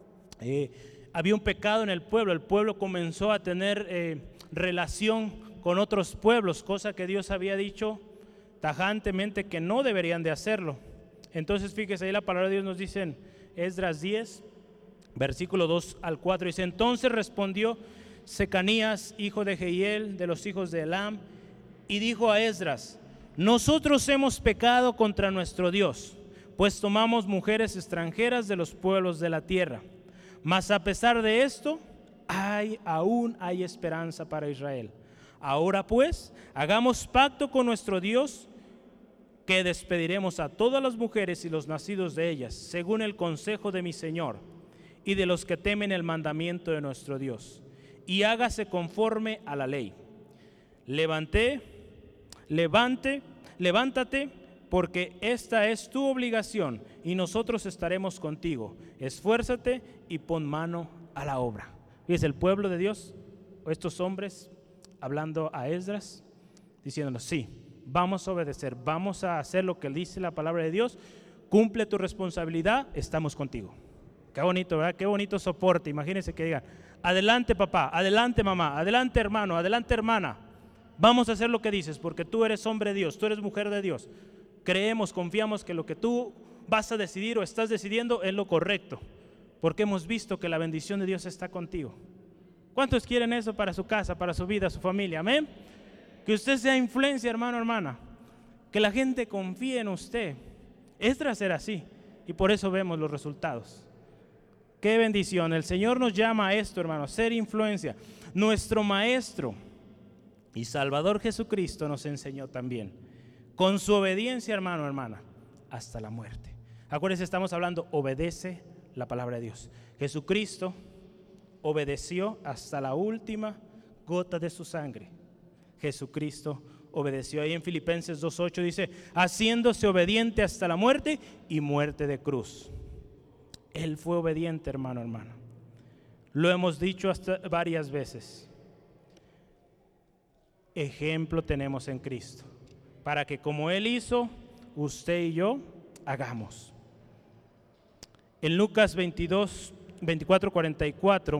eh, había un pecado en el pueblo. El pueblo comenzó a tener eh, relación con otros pueblos, cosa que Dios había dicho tajantemente que no deberían de hacerlo. Entonces fíjese, ahí la palabra de Dios nos dice en Esdras diez, versículo dos al cuatro, dice: entonces respondió Secanías, hijo de Jehiel, de los hijos de Elam, y dijo a Esdras: nosotros hemos pecado contra nuestro Dios, pues tomamos mujeres extranjeras de los pueblos de la tierra. Mas a pesar de esto, hay, aún hay esperanza para Israel. Ahora pues, hagamos pacto con nuestro Dios, que despediremos a todas las mujeres y los nacidos de ellas, según el consejo de mi Señor, y de los que temen el mandamiento de nuestro Dios, y hágase conforme a la ley. Levanté, levante, levántate, porque esta es tu obligación, y nosotros estaremos contigo. Esfuérzate y pon mano a la obra. Fíjese, el pueblo de Dios, estos hombres, hablando a Esdras, diciéndonos: sí, vamos a obedecer, vamos a hacer lo que dice la palabra de Dios, cumple tu responsabilidad, estamos contigo. Qué bonito, ¿verdad? Qué bonito soporte. Imagínense que digan: adelante papá, adelante mamá, adelante hermano, adelante hermana, vamos a hacer lo que dices, porque tú eres hombre de Dios, tú eres mujer de Dios. Creemos, confiamos que lo que tú vas a decidir o estás decidiendo es lo correcto, porque hemos visto que la bendición de Dios está contigo. ¿Cuántos quieren eso para su casa, para su vida, su familia? Amén. Que usted sea influencia, hermano, hermana. Que la gente confíe en usted. Esdras era así, y por eso vemos los resultados. Qué bendición. El Señor nos llama a esto, hermano, ser influencia. Nuestro Maestro y Salvador Jesucristo nos enseñó también, con su obediencia, hermano, hermana, hasta la muerte. Acuérdense, estamos hablando, obedece la palabra de Dios. Jesucristo obedeció hasta la última gota de su sangre. Jesucristo obedeció. Ahí en Filipenses dos ocho dice, haciéndose obediente hasta la muerte y muerte de cruz. Él fue obediente, hermano, hermano. Lo hemos dicho hasta varias veces. Ejemplo tenemos en Cristo, para que como Él hizo, usted y yo hagamos. En Lucas veintidós, veinticuatro, cuarenta y cuatro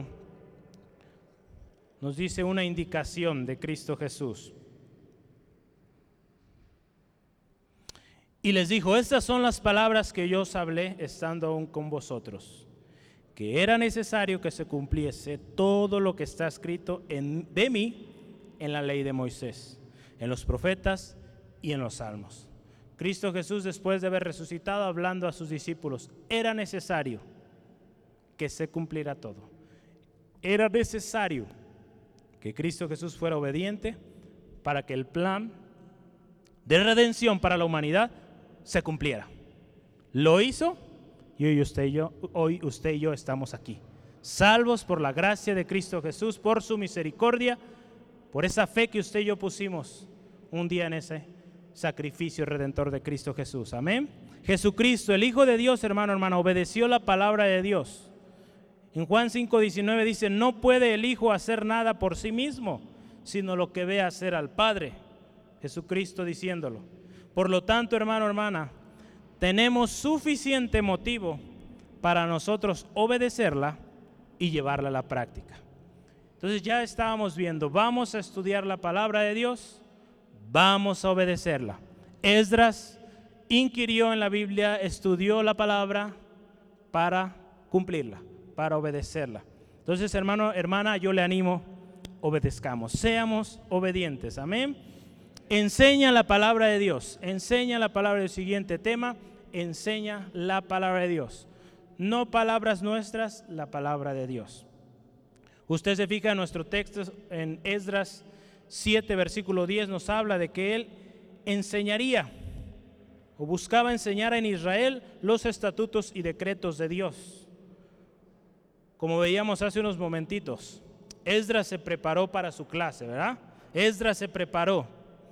nos dice una indicación de Cristo Jesús. Y les dijo, estas son las palabras que yo os hablé estando aún con vosotros, que era necesario que se cumpliese todo lo que está escrito en, de mí en la ley de Moisés, en los profetas y en los salmos. Cristo Jesús, después de haber resucitado, hablando a sus discípulos, era necesario que se cumpliera todo. Era necesario que Cristo Jesús fuera obediente para que el plan de redención para la humanidad se cumpliera. Lo hizo y hoy usted y yo, hoy usted y yo estamos aquí, salvos por la gracia de Cristo Jesús, por su misericordia, por esa fe que usted y yo pusimos un día en ese sacrificio redentor de Cristo Jesús. Amén. Jesucristo, el Hijo de Dios, hermano, hermano, obedeció la palabra de Dios. En Juan cinco diecinueve dice, no puede el Hijo hacer nada por sí mismo, sino lo que ve hacer al Padre. Jesucristo diciéndolo. Por lo tanto, hermano, hermana, tenemos suficiente motivo para nosotros obedecerla y llevarla a la práctica. Entonces ya estábamos viendo, vamos a estudiar la palabra de Dios, vamos a obedecerla. Esdras inquirió en la Biblia, estudió la palabra para cumplirla, para obedecerla. Entonces, hermano, hermana, yo le animo, obedezcamos, seamos obedientes. Amén. Enseña la palabra de Dios, enseña la palabra del siguiente tema, enseña la palabra de Dios. No palabras nuestras, la palabra de Dios. Usted se fija en nuestro texto en Esdras siete, versículo diez, nos habla de que él enseñaría o buscaba enseñar en Israel los estatutos y decretos de Dios. Como veíamos hace unos momentitos, Esdras se preparó para su clase, ¿verdad? Esdras se preparó.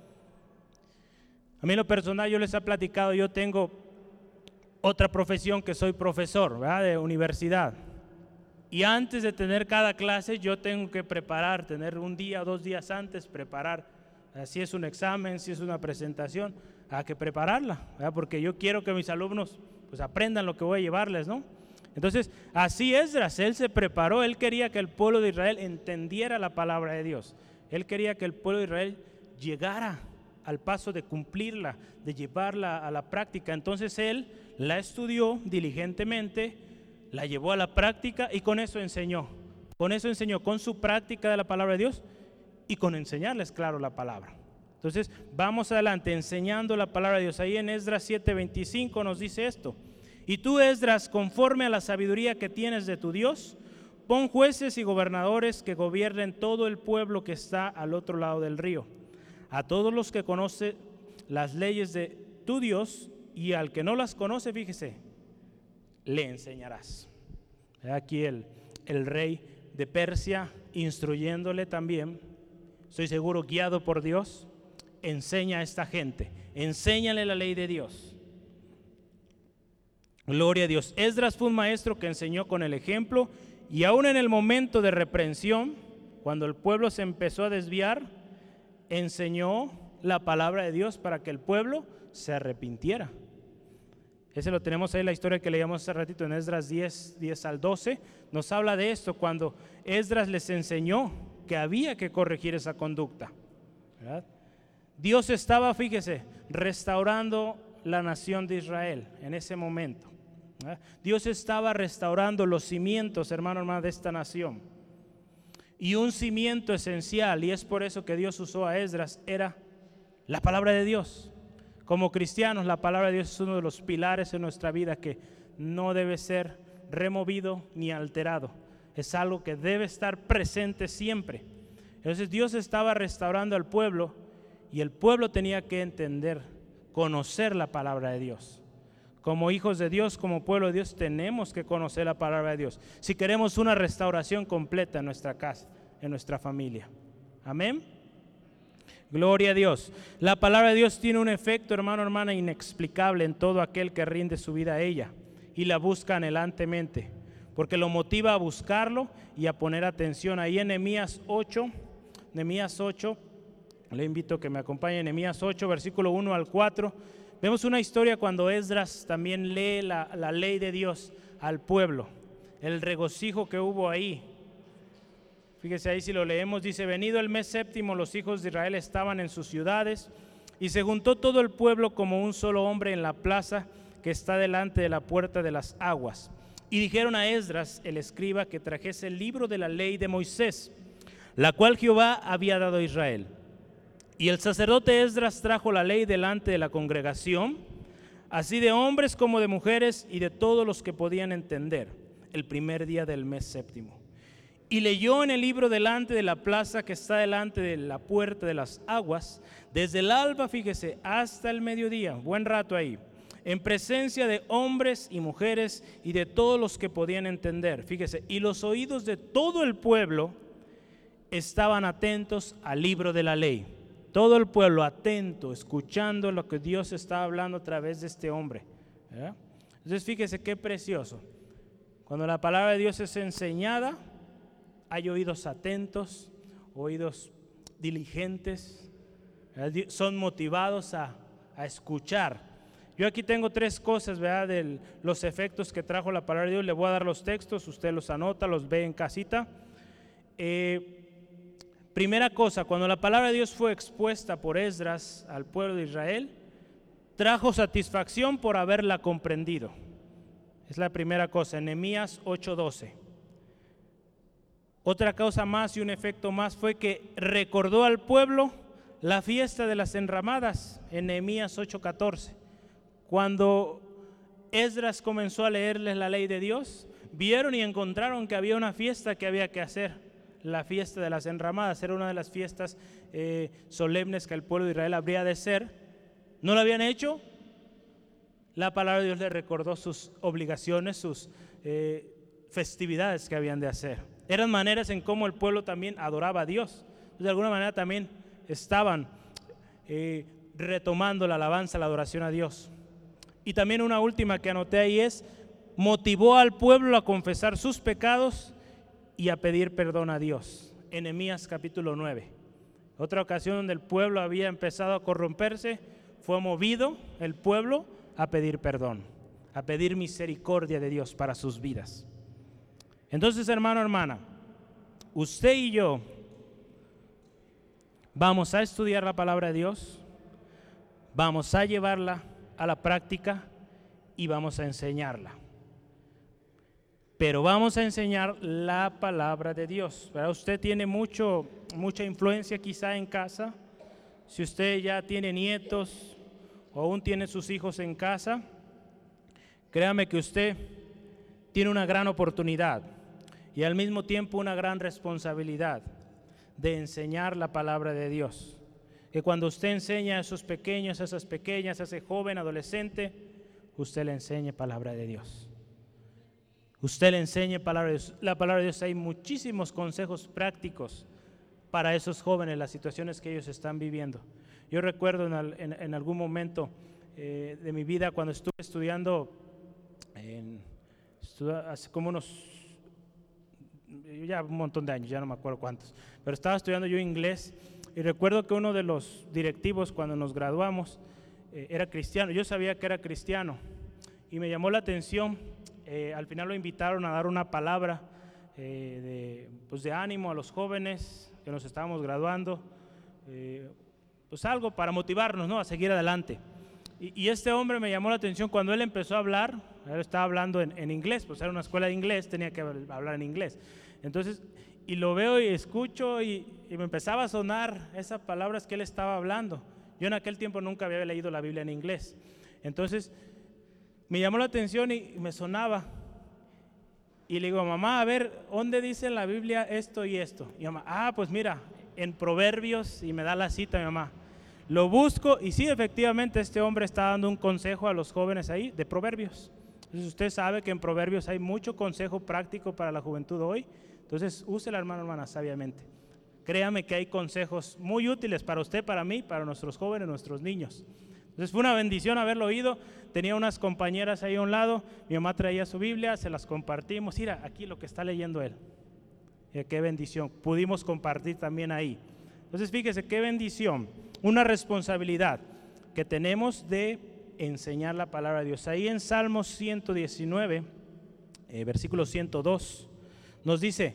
A mí en lo personal yo les he platicado, yo tengo otra profesión que soy profesor, ¿verdad? De universidad. Y antes de tener cada clase yo tengo que preparar, tener un día o dos días antes, preparar, si es un examen, si es una presentación, hay que prepararla, ¿verdad? Porque yo quiero que mis alumnos pues aprendan lo que voy a llevarles, ¿no? Entonces, así Esdras, él se preparó, él quería que el pueblo de Israel entendiera la palabra de Dios, él quería que el pueblo de Israel llegara al paso de cumplirla, de llevarla a la práctica. Entonces él la estudió diligentemente, la llevó a la práctica y con eso enseñó, con eso enseñó, con su práctica de la palabra de Dios y con enseñarles, claro, la palabra. Entonces, vamos adelante, enseñando la palabra de Dios. Ahí en Esdras siete veinticinco nos dice esto: y tú, Esdras, conforme a la sabiduría que tienes de tu Dios, pon jueces y gobernadores que gobiernen todo el pueblo que está al otro lado del río, a todos los que conocen las leyes de tu Dios, y al que no las conoce, fíjese, le enseñarás. Aquí el, el rey de Persia instruyéndole también, estoy seguro guiado por Dios, enseña a esta gente, enséñale la ley de Dios. Gloria a Dios. Esdras fue un maestro que enseñó con el ejemplo, y aún en el momento de reprensión, cuando el pueblo se empezó a desviar, enseñó la palabra de Dios para que el pueblo se arrepintiera. Ese lo tenemos ahí, la historia que leíamos hace ratito en Esdras diez, diez al doce, nos habla de esto, cuando Esdras les enseñó que había que corregir esa conducta, ¿verdad? Dios estaba, fíjese, restaurando la nación de Israel en ese momento, ¿verdad? Dios estaba restaurando los cimientos, hermano, hermano, de esta nación. Y un cimiento esencial, y es por eso que Dios usó a Esdras, era la palabra de Dios. Como cristianos, la palabra de Dios es uno de los pilares en nuestra vida que no debe ser removido ni alterado. Es algo que debe estar presente siempre. Entonces Dios estaba restaurando al pueblo y el pueblo tenía que entender, conocer la palabra de Dios. Como hijos de Dios, como pueblo de Dios, tenemos que conocer la palabra de Dios si queremos una restauración completa en nuestra casa, en nuestra familia. Amén. Gloria a Dios. La palabra de Dios tiene un efecto, hermano, hermana, inexplicable en todo aquel que rinde su vida a ella y la busca anhelantemente, porque lo motiva a buscarlo y a poner atención. Ahí en Nehemías ocho, Nehemías ocho, le invito a que me acompañe. Nehemías ocho, versículo uno al cuatro, vemos una historia cuando Esdras también lee la, la ley de Dios al pueblo, el regocijo que hubo ahí. Fíjese ahí, si lo leemos, dice: venido el mes séptimo, los hijos de Israel estaban en sus ciudades, y se juntó todo el pueblo como un solo hombre en la plaza que está delante de la puerta de las aguas. Y dijeron a Esdras, el escriba, que trajese el libro de la ley de Moisés, la cual Jehová había dado a Israel. Y el sacerdote Esdras trajo la ley delante de la congregación, así de hombres como de mujeres y de todos los que podían entender, el primer día del mes séptimo. Y leyó en el libro delante de la plaza que está delante de la puerta de las aguas, desde el alba, fíjese, hasta el mediodía, buen rato ahí, en presencia de hombres y mujeres y de todos los que podían entender. Fíjese, y los oídos de todo el pueblo estaban atentos al libro de la ley. Todo el pueblo atento, escuchando lo que Dios estaba hablando a través de este hombre. ¿Eh? Entonces fíjese qué precioso. Cuando la palabra de Dios es enseñada, hay oídos atentos, oídos diligentes, ¿verdad? Son motivados a, a escuchar. Yo aquí tengo tres cosas, ¿verdad?, de los efectos que trajo la palabra de Dios. Le voy a dar los textos, usted los anota, los ve en casita. Eh, primera cosa, cuando la palabra de Dios fue expuesta por Esdras al pueblo de Israel, trajo satisfacción por haberla comprendido. Es la primera cosa, en Nehemías ocho doce. Otra causa más y un efecto más fue que recordó al pueblo la fiesta de las enramadas en Nehemías ocho catorce. Cuando Esdras comenzó a leerles la ley de Dios, vieron y encontraron que había una fiesta que había que hacer, la fiesta de las enramadas. Era una de las fiestas eh, solemnes que el pueblo de Israel habría de ser. ¿No lo habían hecho? La palabra de Dios les recordó sus obligaciones, sus eh, festividades que habían de hacer. Eran maneras en cómo el pueblo también adoraba a Dios. De alguna manera también estaban eh, retomando la alabanza, la adoración a Dios. Y también una última que anoté ahí es: motivó al pueblo a confesar sus pecados y a pedir perdón a Dios. En Nehemías capítulo nueve. Otra ocasión donde el pueblo había empezado a corromperse, fue movido el pueblo a pedir perdón, a pedir misericordia de Dios para sus vidas. Entonces, hermano, hermana, usted y yo vamos a estudiar la palabra de Dios, vamos a llevarla a la práctica y vamos a enseñarla. Pero vamos a enseñar la palabra de Dios. ¿Verdad? Usted tiene mucho, mucha influencia quizá en casa. Si usted ya tiene nietos o aún tiene sus hijos en casa, créame que usted tiene una gran oportunidad y al mismo tiempo una gran responsabilidad de enseñar la palabra de Dios. Que cuando usted enseña a esos pequeños, a esas pequeñas, a ese joven, adolescente, usted le enseñe palabra de Dios. Usted le enseñe palabra de Dios. La palabra de Dios, hay muchísimos consejos prácticos para esos jóvenes, las situaciones que ellos están viviendo. Yo recuerdo en, al, en, en algún momento eh, de mi vida cuando estuve estudiando, en, estuve hace como unos, ya un montón de años, ya no me acuerdo cuántos, pero estaba estudiando yo inglés y recuerdo que uno de los directivos cuando nos graduamos eh, era cristiano. Yo sabía que era cristiano y me llamó la atención. Eh, al final lo invitaron a dar una palabra eh, de, pues de ánimo a los jóvenes que nos estábamos graduando, eh, pues algo para motivarnos, ¿no?, a seguir adelante. Y, y este hombre me llamó la atención cuando él empezó a hablar. Él estaba hablando en, en inglés, pues era una escuela de inglés, tenía que hablar en inglés. Entonces, y lo veo y escucho y, y me empezaba a sonar esas palabras que él estaba hablando. Yo en aquel tiempo nunca había leído la Biblia en inglés. Entonces, me llamó la atención y me sonaba. Y le digo, mamá, a ver, ¿dónde dice en la Biblia esto y esto? Y mamá, ah, pues mira, en Proverbios, y me da la cita mi mamá. Lo busco y sí, efectivamente, este hombre está dando un consejo a los jóvenes ahí de Proverbios. Entonces usted sabe que en Proverbios hay mucho consejo práctico para la juventud hoy. Entonces, úsela, hermano, hermana, sabiamente. Créame que hay consejos muy útiles para usted, para mí, para nuestros jóvenes, nuestros niños. Entonces fue una bendición haberlo oído. Tenía unas compañeras ahí a un lado, mi mamá traía su Biblia, se las compartimos. Mira, aquí lo que está leyendo él. Y qué bendición, pudimos compartir también ahí. Entonces fíjese, qué bendición, una responsabilidad que tenemos de enseñar la palabra de Dios. Ahí en Salmos ciento diecinueve, eh, versículo ciento dos, nos dice: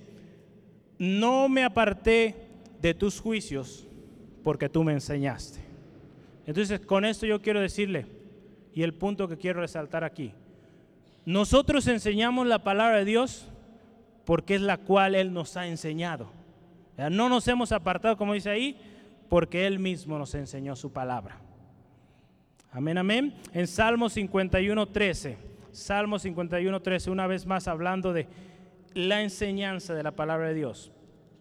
no me aparté de tus juicios porque tú me enseñaste. Entonces con esto yo quiero decirle, y el punto que quiero resaltar aquí, nosotros enseñamos la palabra de Dios porque es la cual Él nos ha enseñado. No nos hemos apartado, como dice ahí, porque Él mismo nos enseñó su palabra. Amén, amén. En Salmo cincuenta y uno, trece, Salmo cincuenta y uno, trece, una vez más hablando de la enseñanza de la palabra de Dios.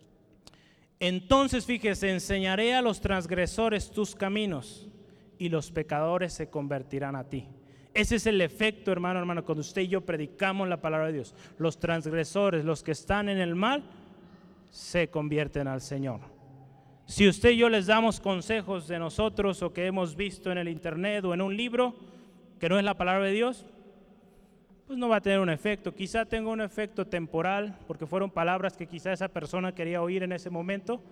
Entonces, fíjese, enseñaré a los transgresores tus caminos y los pecadores se convertirán a ti. Ese es el efecto, hermano, hermano, cuando usted y yo predicamos la palabra de Dios. Los transgresores, los que están en el mal, se convierten al Señor. Si usted y yo les damos consejos de nosotros o que hemos visto en el internet o en un libro que no es la palabra de Dios, pues no va a tener un efecto. Quizá tenga un efecto temporal porque fueron palabras que quizá esa persona quería oír en ese momento,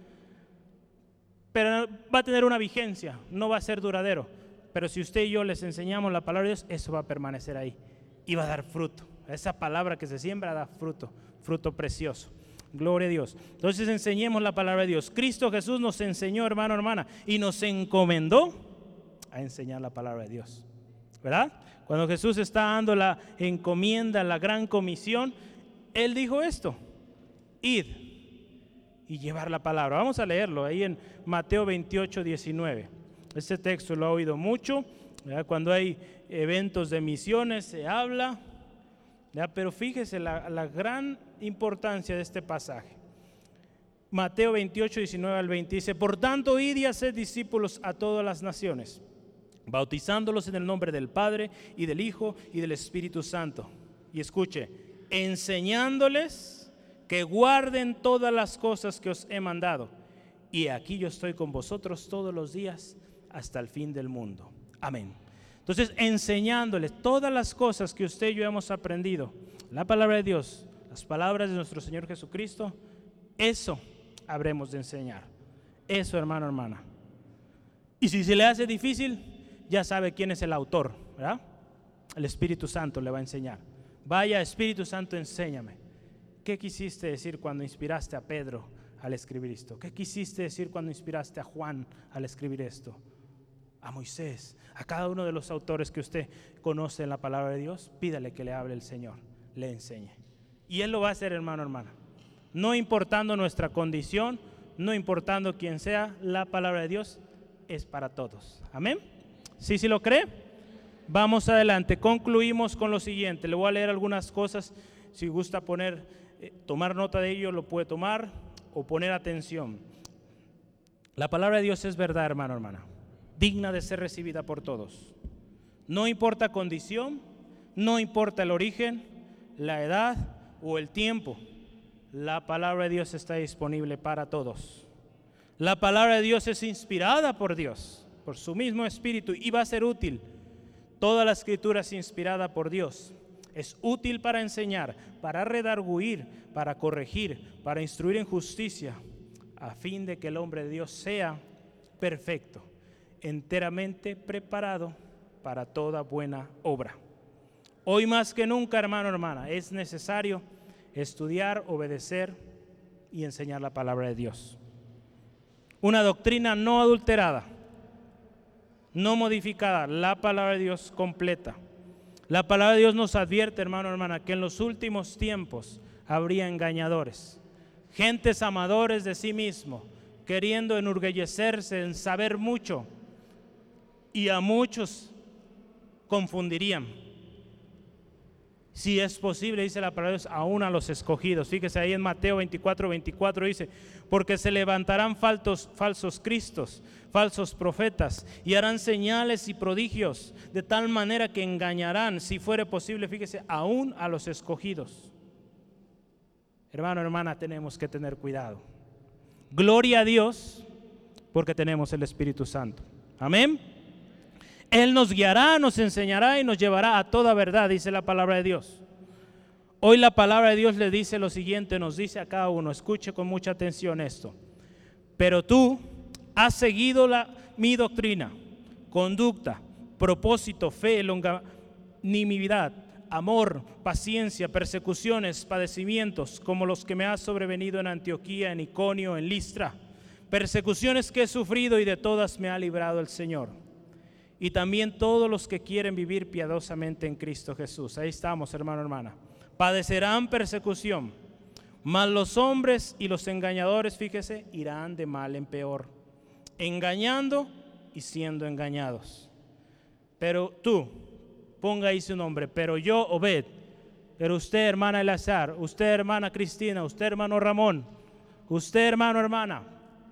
pero va a tener una vigencia, no va a ser duradero. Pero si usted y yo les enseñamos la palabra de Dios, eso va a permanecer ahí y va a dar fruto. Esa palabra que se siembra da fruto, fruto precioso. Gloria a Dios. Entonces enseñemos la palabra de Dios. Cristo Jesús nos enseñó, hermano, hermana, y nos encomendó a enseñar la palabra de Dios, ¿verdad? Cuando Jesús está dando la encomienda, la gran comisión, Él dijo esto: id y llevar la palabra. Vamos a leerlo ahí en Mateo veintiocho, diecinueve. Este texto lo he oído mucho, ¿verdad? Cuando hay eventos de misiones se habla, ¿verdad? Pero fíjese la, la gran importancia de este pasaje. Mateo veintiocho, diecinueve al veinte dice: por tanto, id y haced discípulos a todas las naciones, bautizándolos en el nombre del Padre y del Hijo y del Espíritu Santo. Y escuche, enseñándoles que guarden todas las cosas que os he mandado. Y aquí yo estoy con vosotros todos los días hasta el fin del mundo. Amén. Entonces, enseñándoles todas las cosas que usted y yo hemos aprendido, la palabra de Dios, las palabras de nuestro Señor Jesucristo, eso habremos de enseñar. Eso, hermano, hermana. Y si se le hace difícil, ya sabe quién es el autor, ¿verdad? El Espíritu Santo le va a enseñar. Vaya, Espíritu Santo, enséñame. ¿Qué quisiste decir cuando inspiraste a Pedro al escribir esto? ¿Qué quisiste decir cuando inspiraste a Juan al escribir esto? A Moisés, a cada uno de los autores que usted conoce en la palabra de Dios, pídale que le hable el Señor, le enseñe. Y Él lo va a hacer, hermano, hermana. No importando nuestra condición, no importando quién sea, la palabra de Dios es para todos. Amén. ¿Sí, sí lo cree? Vamos adelante. Concluimos con lo siguiente. Le voy a leer algunas cosas. Si gusta poner, eh, tomar nota de ello, lo puede tomar o poner atención. La palabra de Dios es verdad, hermano, hermana, digna de ser recibida por todos. No importa condición, no importa el origen, la edad o el tiempo. La palabra de Dios está disponible para todos. La palabra de Dios es inspirada por Dios, por su mismo Espíritu, y va a ser útil. Toda la Escritura es inspirada por Dios. Es útil para enseñar, para redarguir, para corregir, para instruir en justicia, a fin de que el hombre de Dios sea perfecto, enteramente preparado para toda buena obra. Hoy más que nunca, hermano, hermana, es necesario estudiar, obedecer y enseñar la palabra de Dios. Una doctrina no adulterada, no modificada, la palabra de Dios completa. La palabra de Dios nos advierte, hermano, hermana, que en los últimos tiempos habría engañadores, gentes amadores de sí mismo, queriendo enorgullecerse en saber mucho, y a muchos confundirían. Si es posible, dice la palabra de Dios, aún a los escogidos. Fíjese ahí en Mateo veinticuatro, veinticuatro dice: porque se levantarán falsos, falsos cristos, falsos profetas, y harán señales y prodigios, de tal manera que engañarán, si fuere posible, fíjese, aún a los escogidos. Hermano, hermana, tenemos que tener cuidado. Gloria a Dios porque tenemos el Espíritu Santo. Amén. Él nos guiará, nos enseñará y nos llevará a toda verdad, dice la palabra de Dios. Hoy la palabra de Dios le dice lo siguiente, nos dice a cada uno, escuche con mucha atención esto. Pero tú has seguido la, mi doctrina, conducta, propósito, fe, longanimidad, amor, paciencia, persecuciones, padecimientos, como los que me ha sobrevenido en Antioquía, en Iconio, en Listra, persecuciones que he sufrido y de todas me ha librado el Señor. Y también todos los que quieren vivir piadosamente en Cristo Jesús. Ahí estamos, hermano, hermana. Padecerán persecución, mas los hombres y los engañadores, fíjese, irán de mal en peor, engañando y siendo engañados. Pero tú, ponga ahí su nombre, pero yo, Obed, pero usted, hermana Eleazar, usted, hermana Cristina, usted, hermano Ramón, usted, hermano, hermana,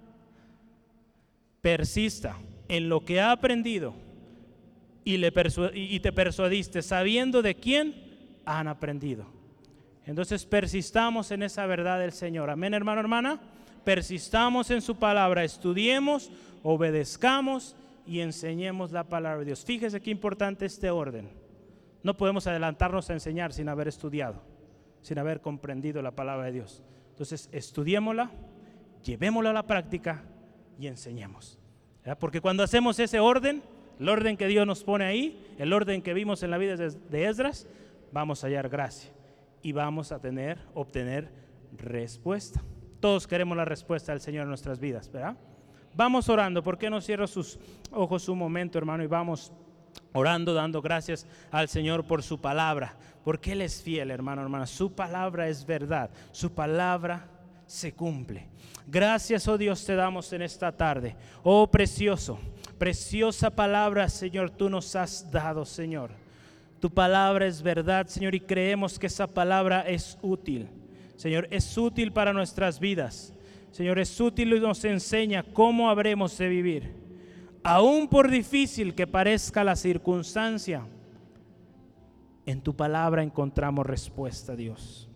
persista en lo que ha aprendido y, le persu- y te persuadiste, sabiendo de quién han aprendido. Entonces persistamos en esa verdad del Señor. Amén, hermano, hermana. Persistamos en su palabra, estudiemos, obedezcamos y enseñemos la palabra de Dios. Fíjese qué importante este orden. No podemos adelantarnos a enseñar sin haber estudiado, sin haber comprendido la palabra de Dios. Entonces estudiémosla, llevémosla a la práctica y enseñemos. ¿Verdad? Porque cuando hacemos ese orden, el orden que Dios nos pone ahí, el orden que vimos en la vida de Esdras, vamos a hallar gracia y vamos a tener, obtener respuesta. Todos queremos la respuesta del Señor en nuestras vidas, ¿verdad? Vamos orando. ¿Por qué no cierra sus ojos un momento, hermano? Y vamos orando, dando gracias al Señor por su palabra, porque Él es fiel, hermano, hermana. Su palabra es verdad, su palabra se cumple. Gracias, oh Dios, te damos en esta tarde. Oh precioso, preciosa palabra, Señor, tú nos has dado, Señor. Tu palabra es verdad, Señor, y creemos que esa palabra es útil. Señor, es útil para nuestras vidas. Señor, es útil y nos enseña cómo habremos de vivir. Aún por difícil que parezca la circunstancia, en tu palabra encontramos respuesta, Dios.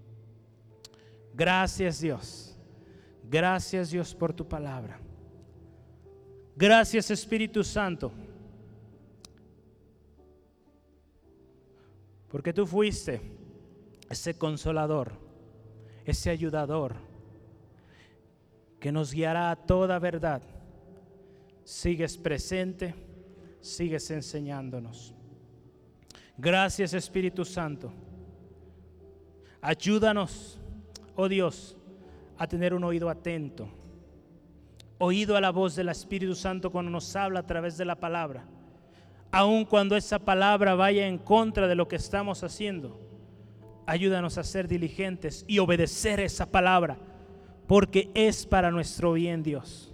Gracias, Dios. Gracias, Dios, por tu palabra. Gracias, Espíritu Santo, porque tú fuiste ese consolador, ese ayudador que nos guiará a toda verdad. Sigues presente, sigues enseñándonos. Gracias, Espíritu Santo. Ayúdanos, oh Dios, a tener un oído atento, oído a la voz del Espíritu Santo cuando nos habla a través de la palabra. Aun cuando esa palabra vaya en contra de lo que estamos haciendo, ayúdanos a ser diligentes y obedecer esa palabra, porque es para nuestro bien, Dios.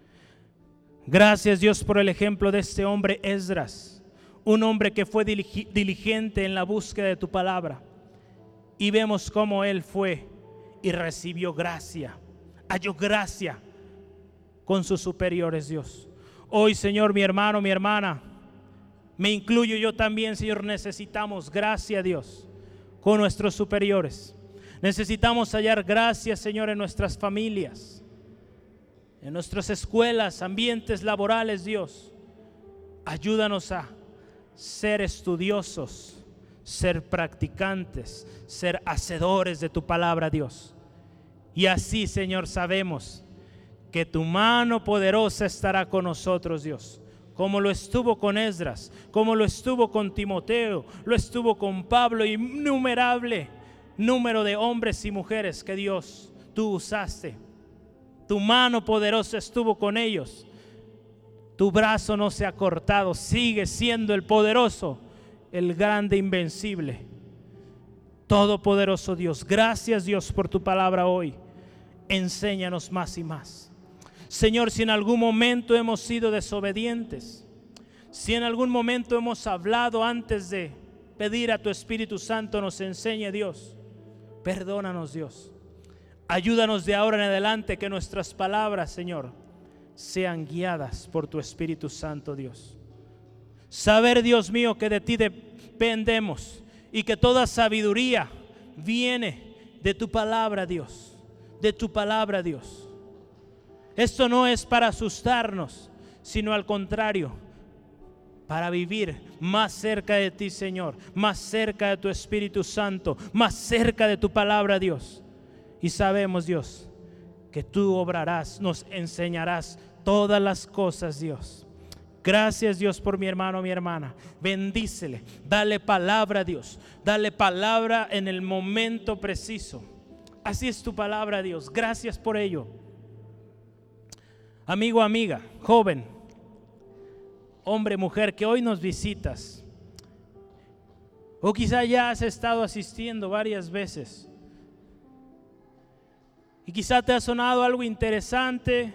Gracias, Dios, por el ejemplo de este hombre Esdras, un hombre que fue diligente en la búsqueda de tu palabra, y vemos cómo él fue y recibió gracia, halló gracia con sus superiores, Dios. Hoy, Señor, mi hermano, mi hermana, me incluyo yo también, Señor, necesitamos gracia, Dios, con nuestros superiores. Necesitamos hallar gracia, Señor, en nuestras familias, en nuestras escuelas, ambientes laborales, Dios. Ayúdanos a ser estudiosos, ser practicantes, ser hacedores de tu palabra, Dios. Y así, Señor, sabemos que tu mano poderosa estará con nosotros, Dios, como lo estuvo con Esdras, como lo estuvo con Timoteo, lo estuvo con Pablo, y innumerable número de hombres y mujeres que Dios, tú usaste. Tu mano poderosa estuvo con ellos. Tu brazo no se ha cortado, sigue siendo el poderoso, el grande, invencible, todopoderoso Dios. Gracias, Dios, por tu palabra hoy. Enséñanos más y más. Señor, si en algún momento hemos sido desobedientes, si en algún momento hemos hablado antes de pedir a tu Espíritu Santo nos enseñe, Dios, perdónanos, Dios. Ayúdanos de ahora en adelante que nuestras palabras, Señor, sean guiadas por tu Espíritu Santo, Dios. Saber, Dios mío, que de ti dependemos y que toda sabiduría viene de tu palabra, Dios, de tu palabra, Dios. Esto no es para asustarnos, sino al contrario, para vivir más cerca de ti, Señor, más cerca de tu Espíritu Santo, más cerca de tu palabra, Dios. Y sabemos, Dios, que tú obrarás, nos enseñarás todas las cosas, Dios. Gracias, Dios, por mi hermano, mi hermana. Bendícele, dale palabra, Dios, dale palabra en el momento preciso. Así es tu palabra, Dios. Gracias por ello. Amigo, amiga, joven, hombre, mujer, que hoy nos visitas, o quizá ya has estado asistiendo varias veces y quizá te ha sonado algo interesante,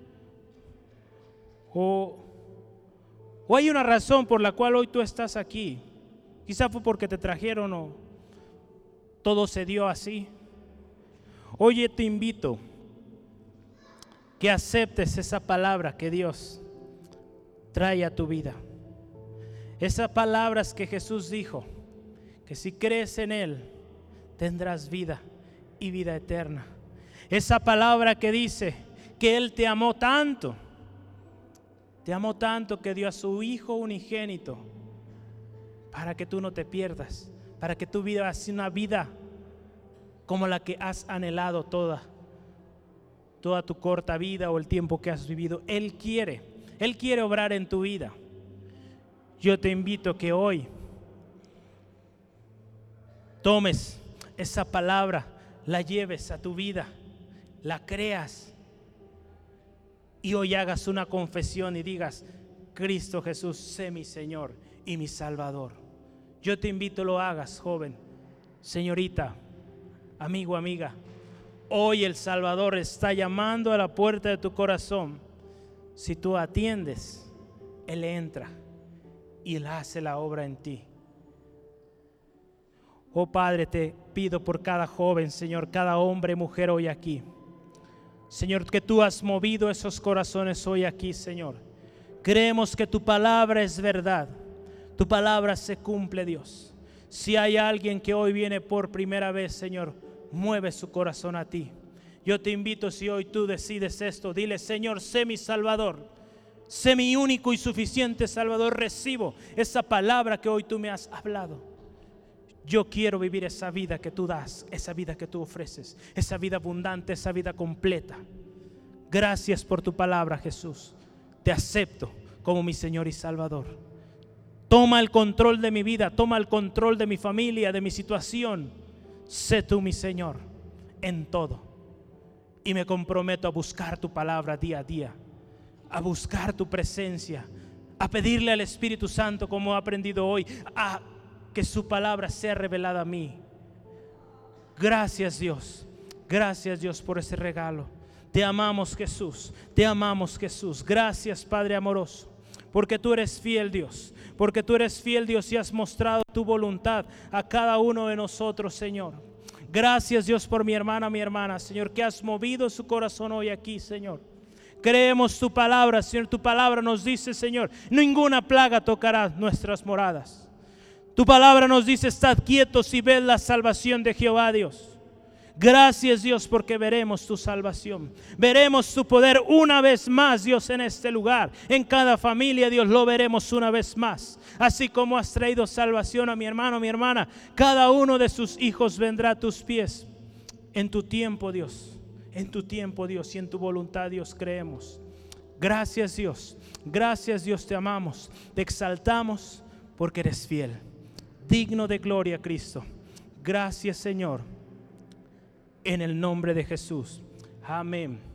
o, o hay una razón por la cual hoy tú estás aquí. Quizá fue porque te trajeron o todo se dio así. Hoy te invito que aceptes esa palabra que Dios trae a tu vida. Esas palabras que Jesús dijo, que si crees en Él, tendrás vida y vida eterna. Esa palabra que dice que Él te amó tanto, te amó tanto que dio a su Hijo unigénito para que tú no te pierdas, para que tu vida sea una vida como la que has anhelado toda, toda tu corta vida o el tiempo que has vivido. Él quiere, Él quiere obrar en tu vida. Yo te invito que hoy tomes esa palabra, la lleves a tu vida, la creas y hoy hagas una confesión y digas: Cristo Jesús, sé mi Señor y mi Salvador. Yo te invito, lo hagas, joven, señorita, amigo, amiga. Hoy el Salvador está llamando a la puerta de tu corazón. Si tú atiendes, Él entra y Él hace la obra en ti. Oh Padre, te pido por cada joven, Señor, cada hombre, mujer hoy aquí. Señor, que tú has movido esos corazones hoy aquí, Señor. Creemos que tu palabra es verdad. Tu palabra se cumple, Dios. Si hay alguien que hoy viene por primera vez, Señor, mueve su corazón a ti. Yo te invito, si hoy tú decides esto, dile: Señor, sé mi Salvador, sé mi único y suficiente Salvador. Recibo esa palabra que hoy tú me has hablado. Yo quiero vivir esa vida que tú das, esa vida que tú ofreces, esa vida abundante, esa vida completa. Gracias por tu palabra, Jesús. Te acepto como mi Señor y Salvador. Toma el control de mi vida, toma el control de mi familia, de mi situación. Sé tú mi Señor en todo. Y me comprometo a buscar tu palabra día a día, a buscar tu presencia, a pedirle al Espíritu Santo, como he aprendido hoy, a que su palabra sea revelada a mí. Gracias, Dios. Gracias, Dios, por ese regalo. Te amamos, Jesús. Te amamos, Jesús. Gracias, Padre amoroso, porque tú eres fiel, Dios. Porque tú eres fiel, Dios, y has mostrado tu voluntad a cada uno de nosotros, Señor. Gracias, Dios, por mi hermana, mi hermana, Señor, que has movido su corazón hoy aquí, Señor. Creemos tu palabra, Señor. Tu palabra nos dice, Señor, ninguna plaga tocará nuestras moradas. Tu palabra nos dice: estad quietos y ved la salvación de Jehová, Dios. Gracias, Dios, porque veremos tu salvación. Veremos tu poder una vez más, Dios, en este lugar. En cada familia, Dios, lo veremos una vez más. Así como has traído salvación a mi hermano, mi hermana, cada uno de sus hijos vendrá a tus pies. En tu tiempo, Dios. En tu tiempo, Dios, y en tu voluntad, Dios, creemos. Gracias, Dios. Gracias, Dios, te amamos. Te exaltamos porque eres fiel. Digno de gloria, Cristo. Gracias, Señor. En el nombre de Jesús. Amén.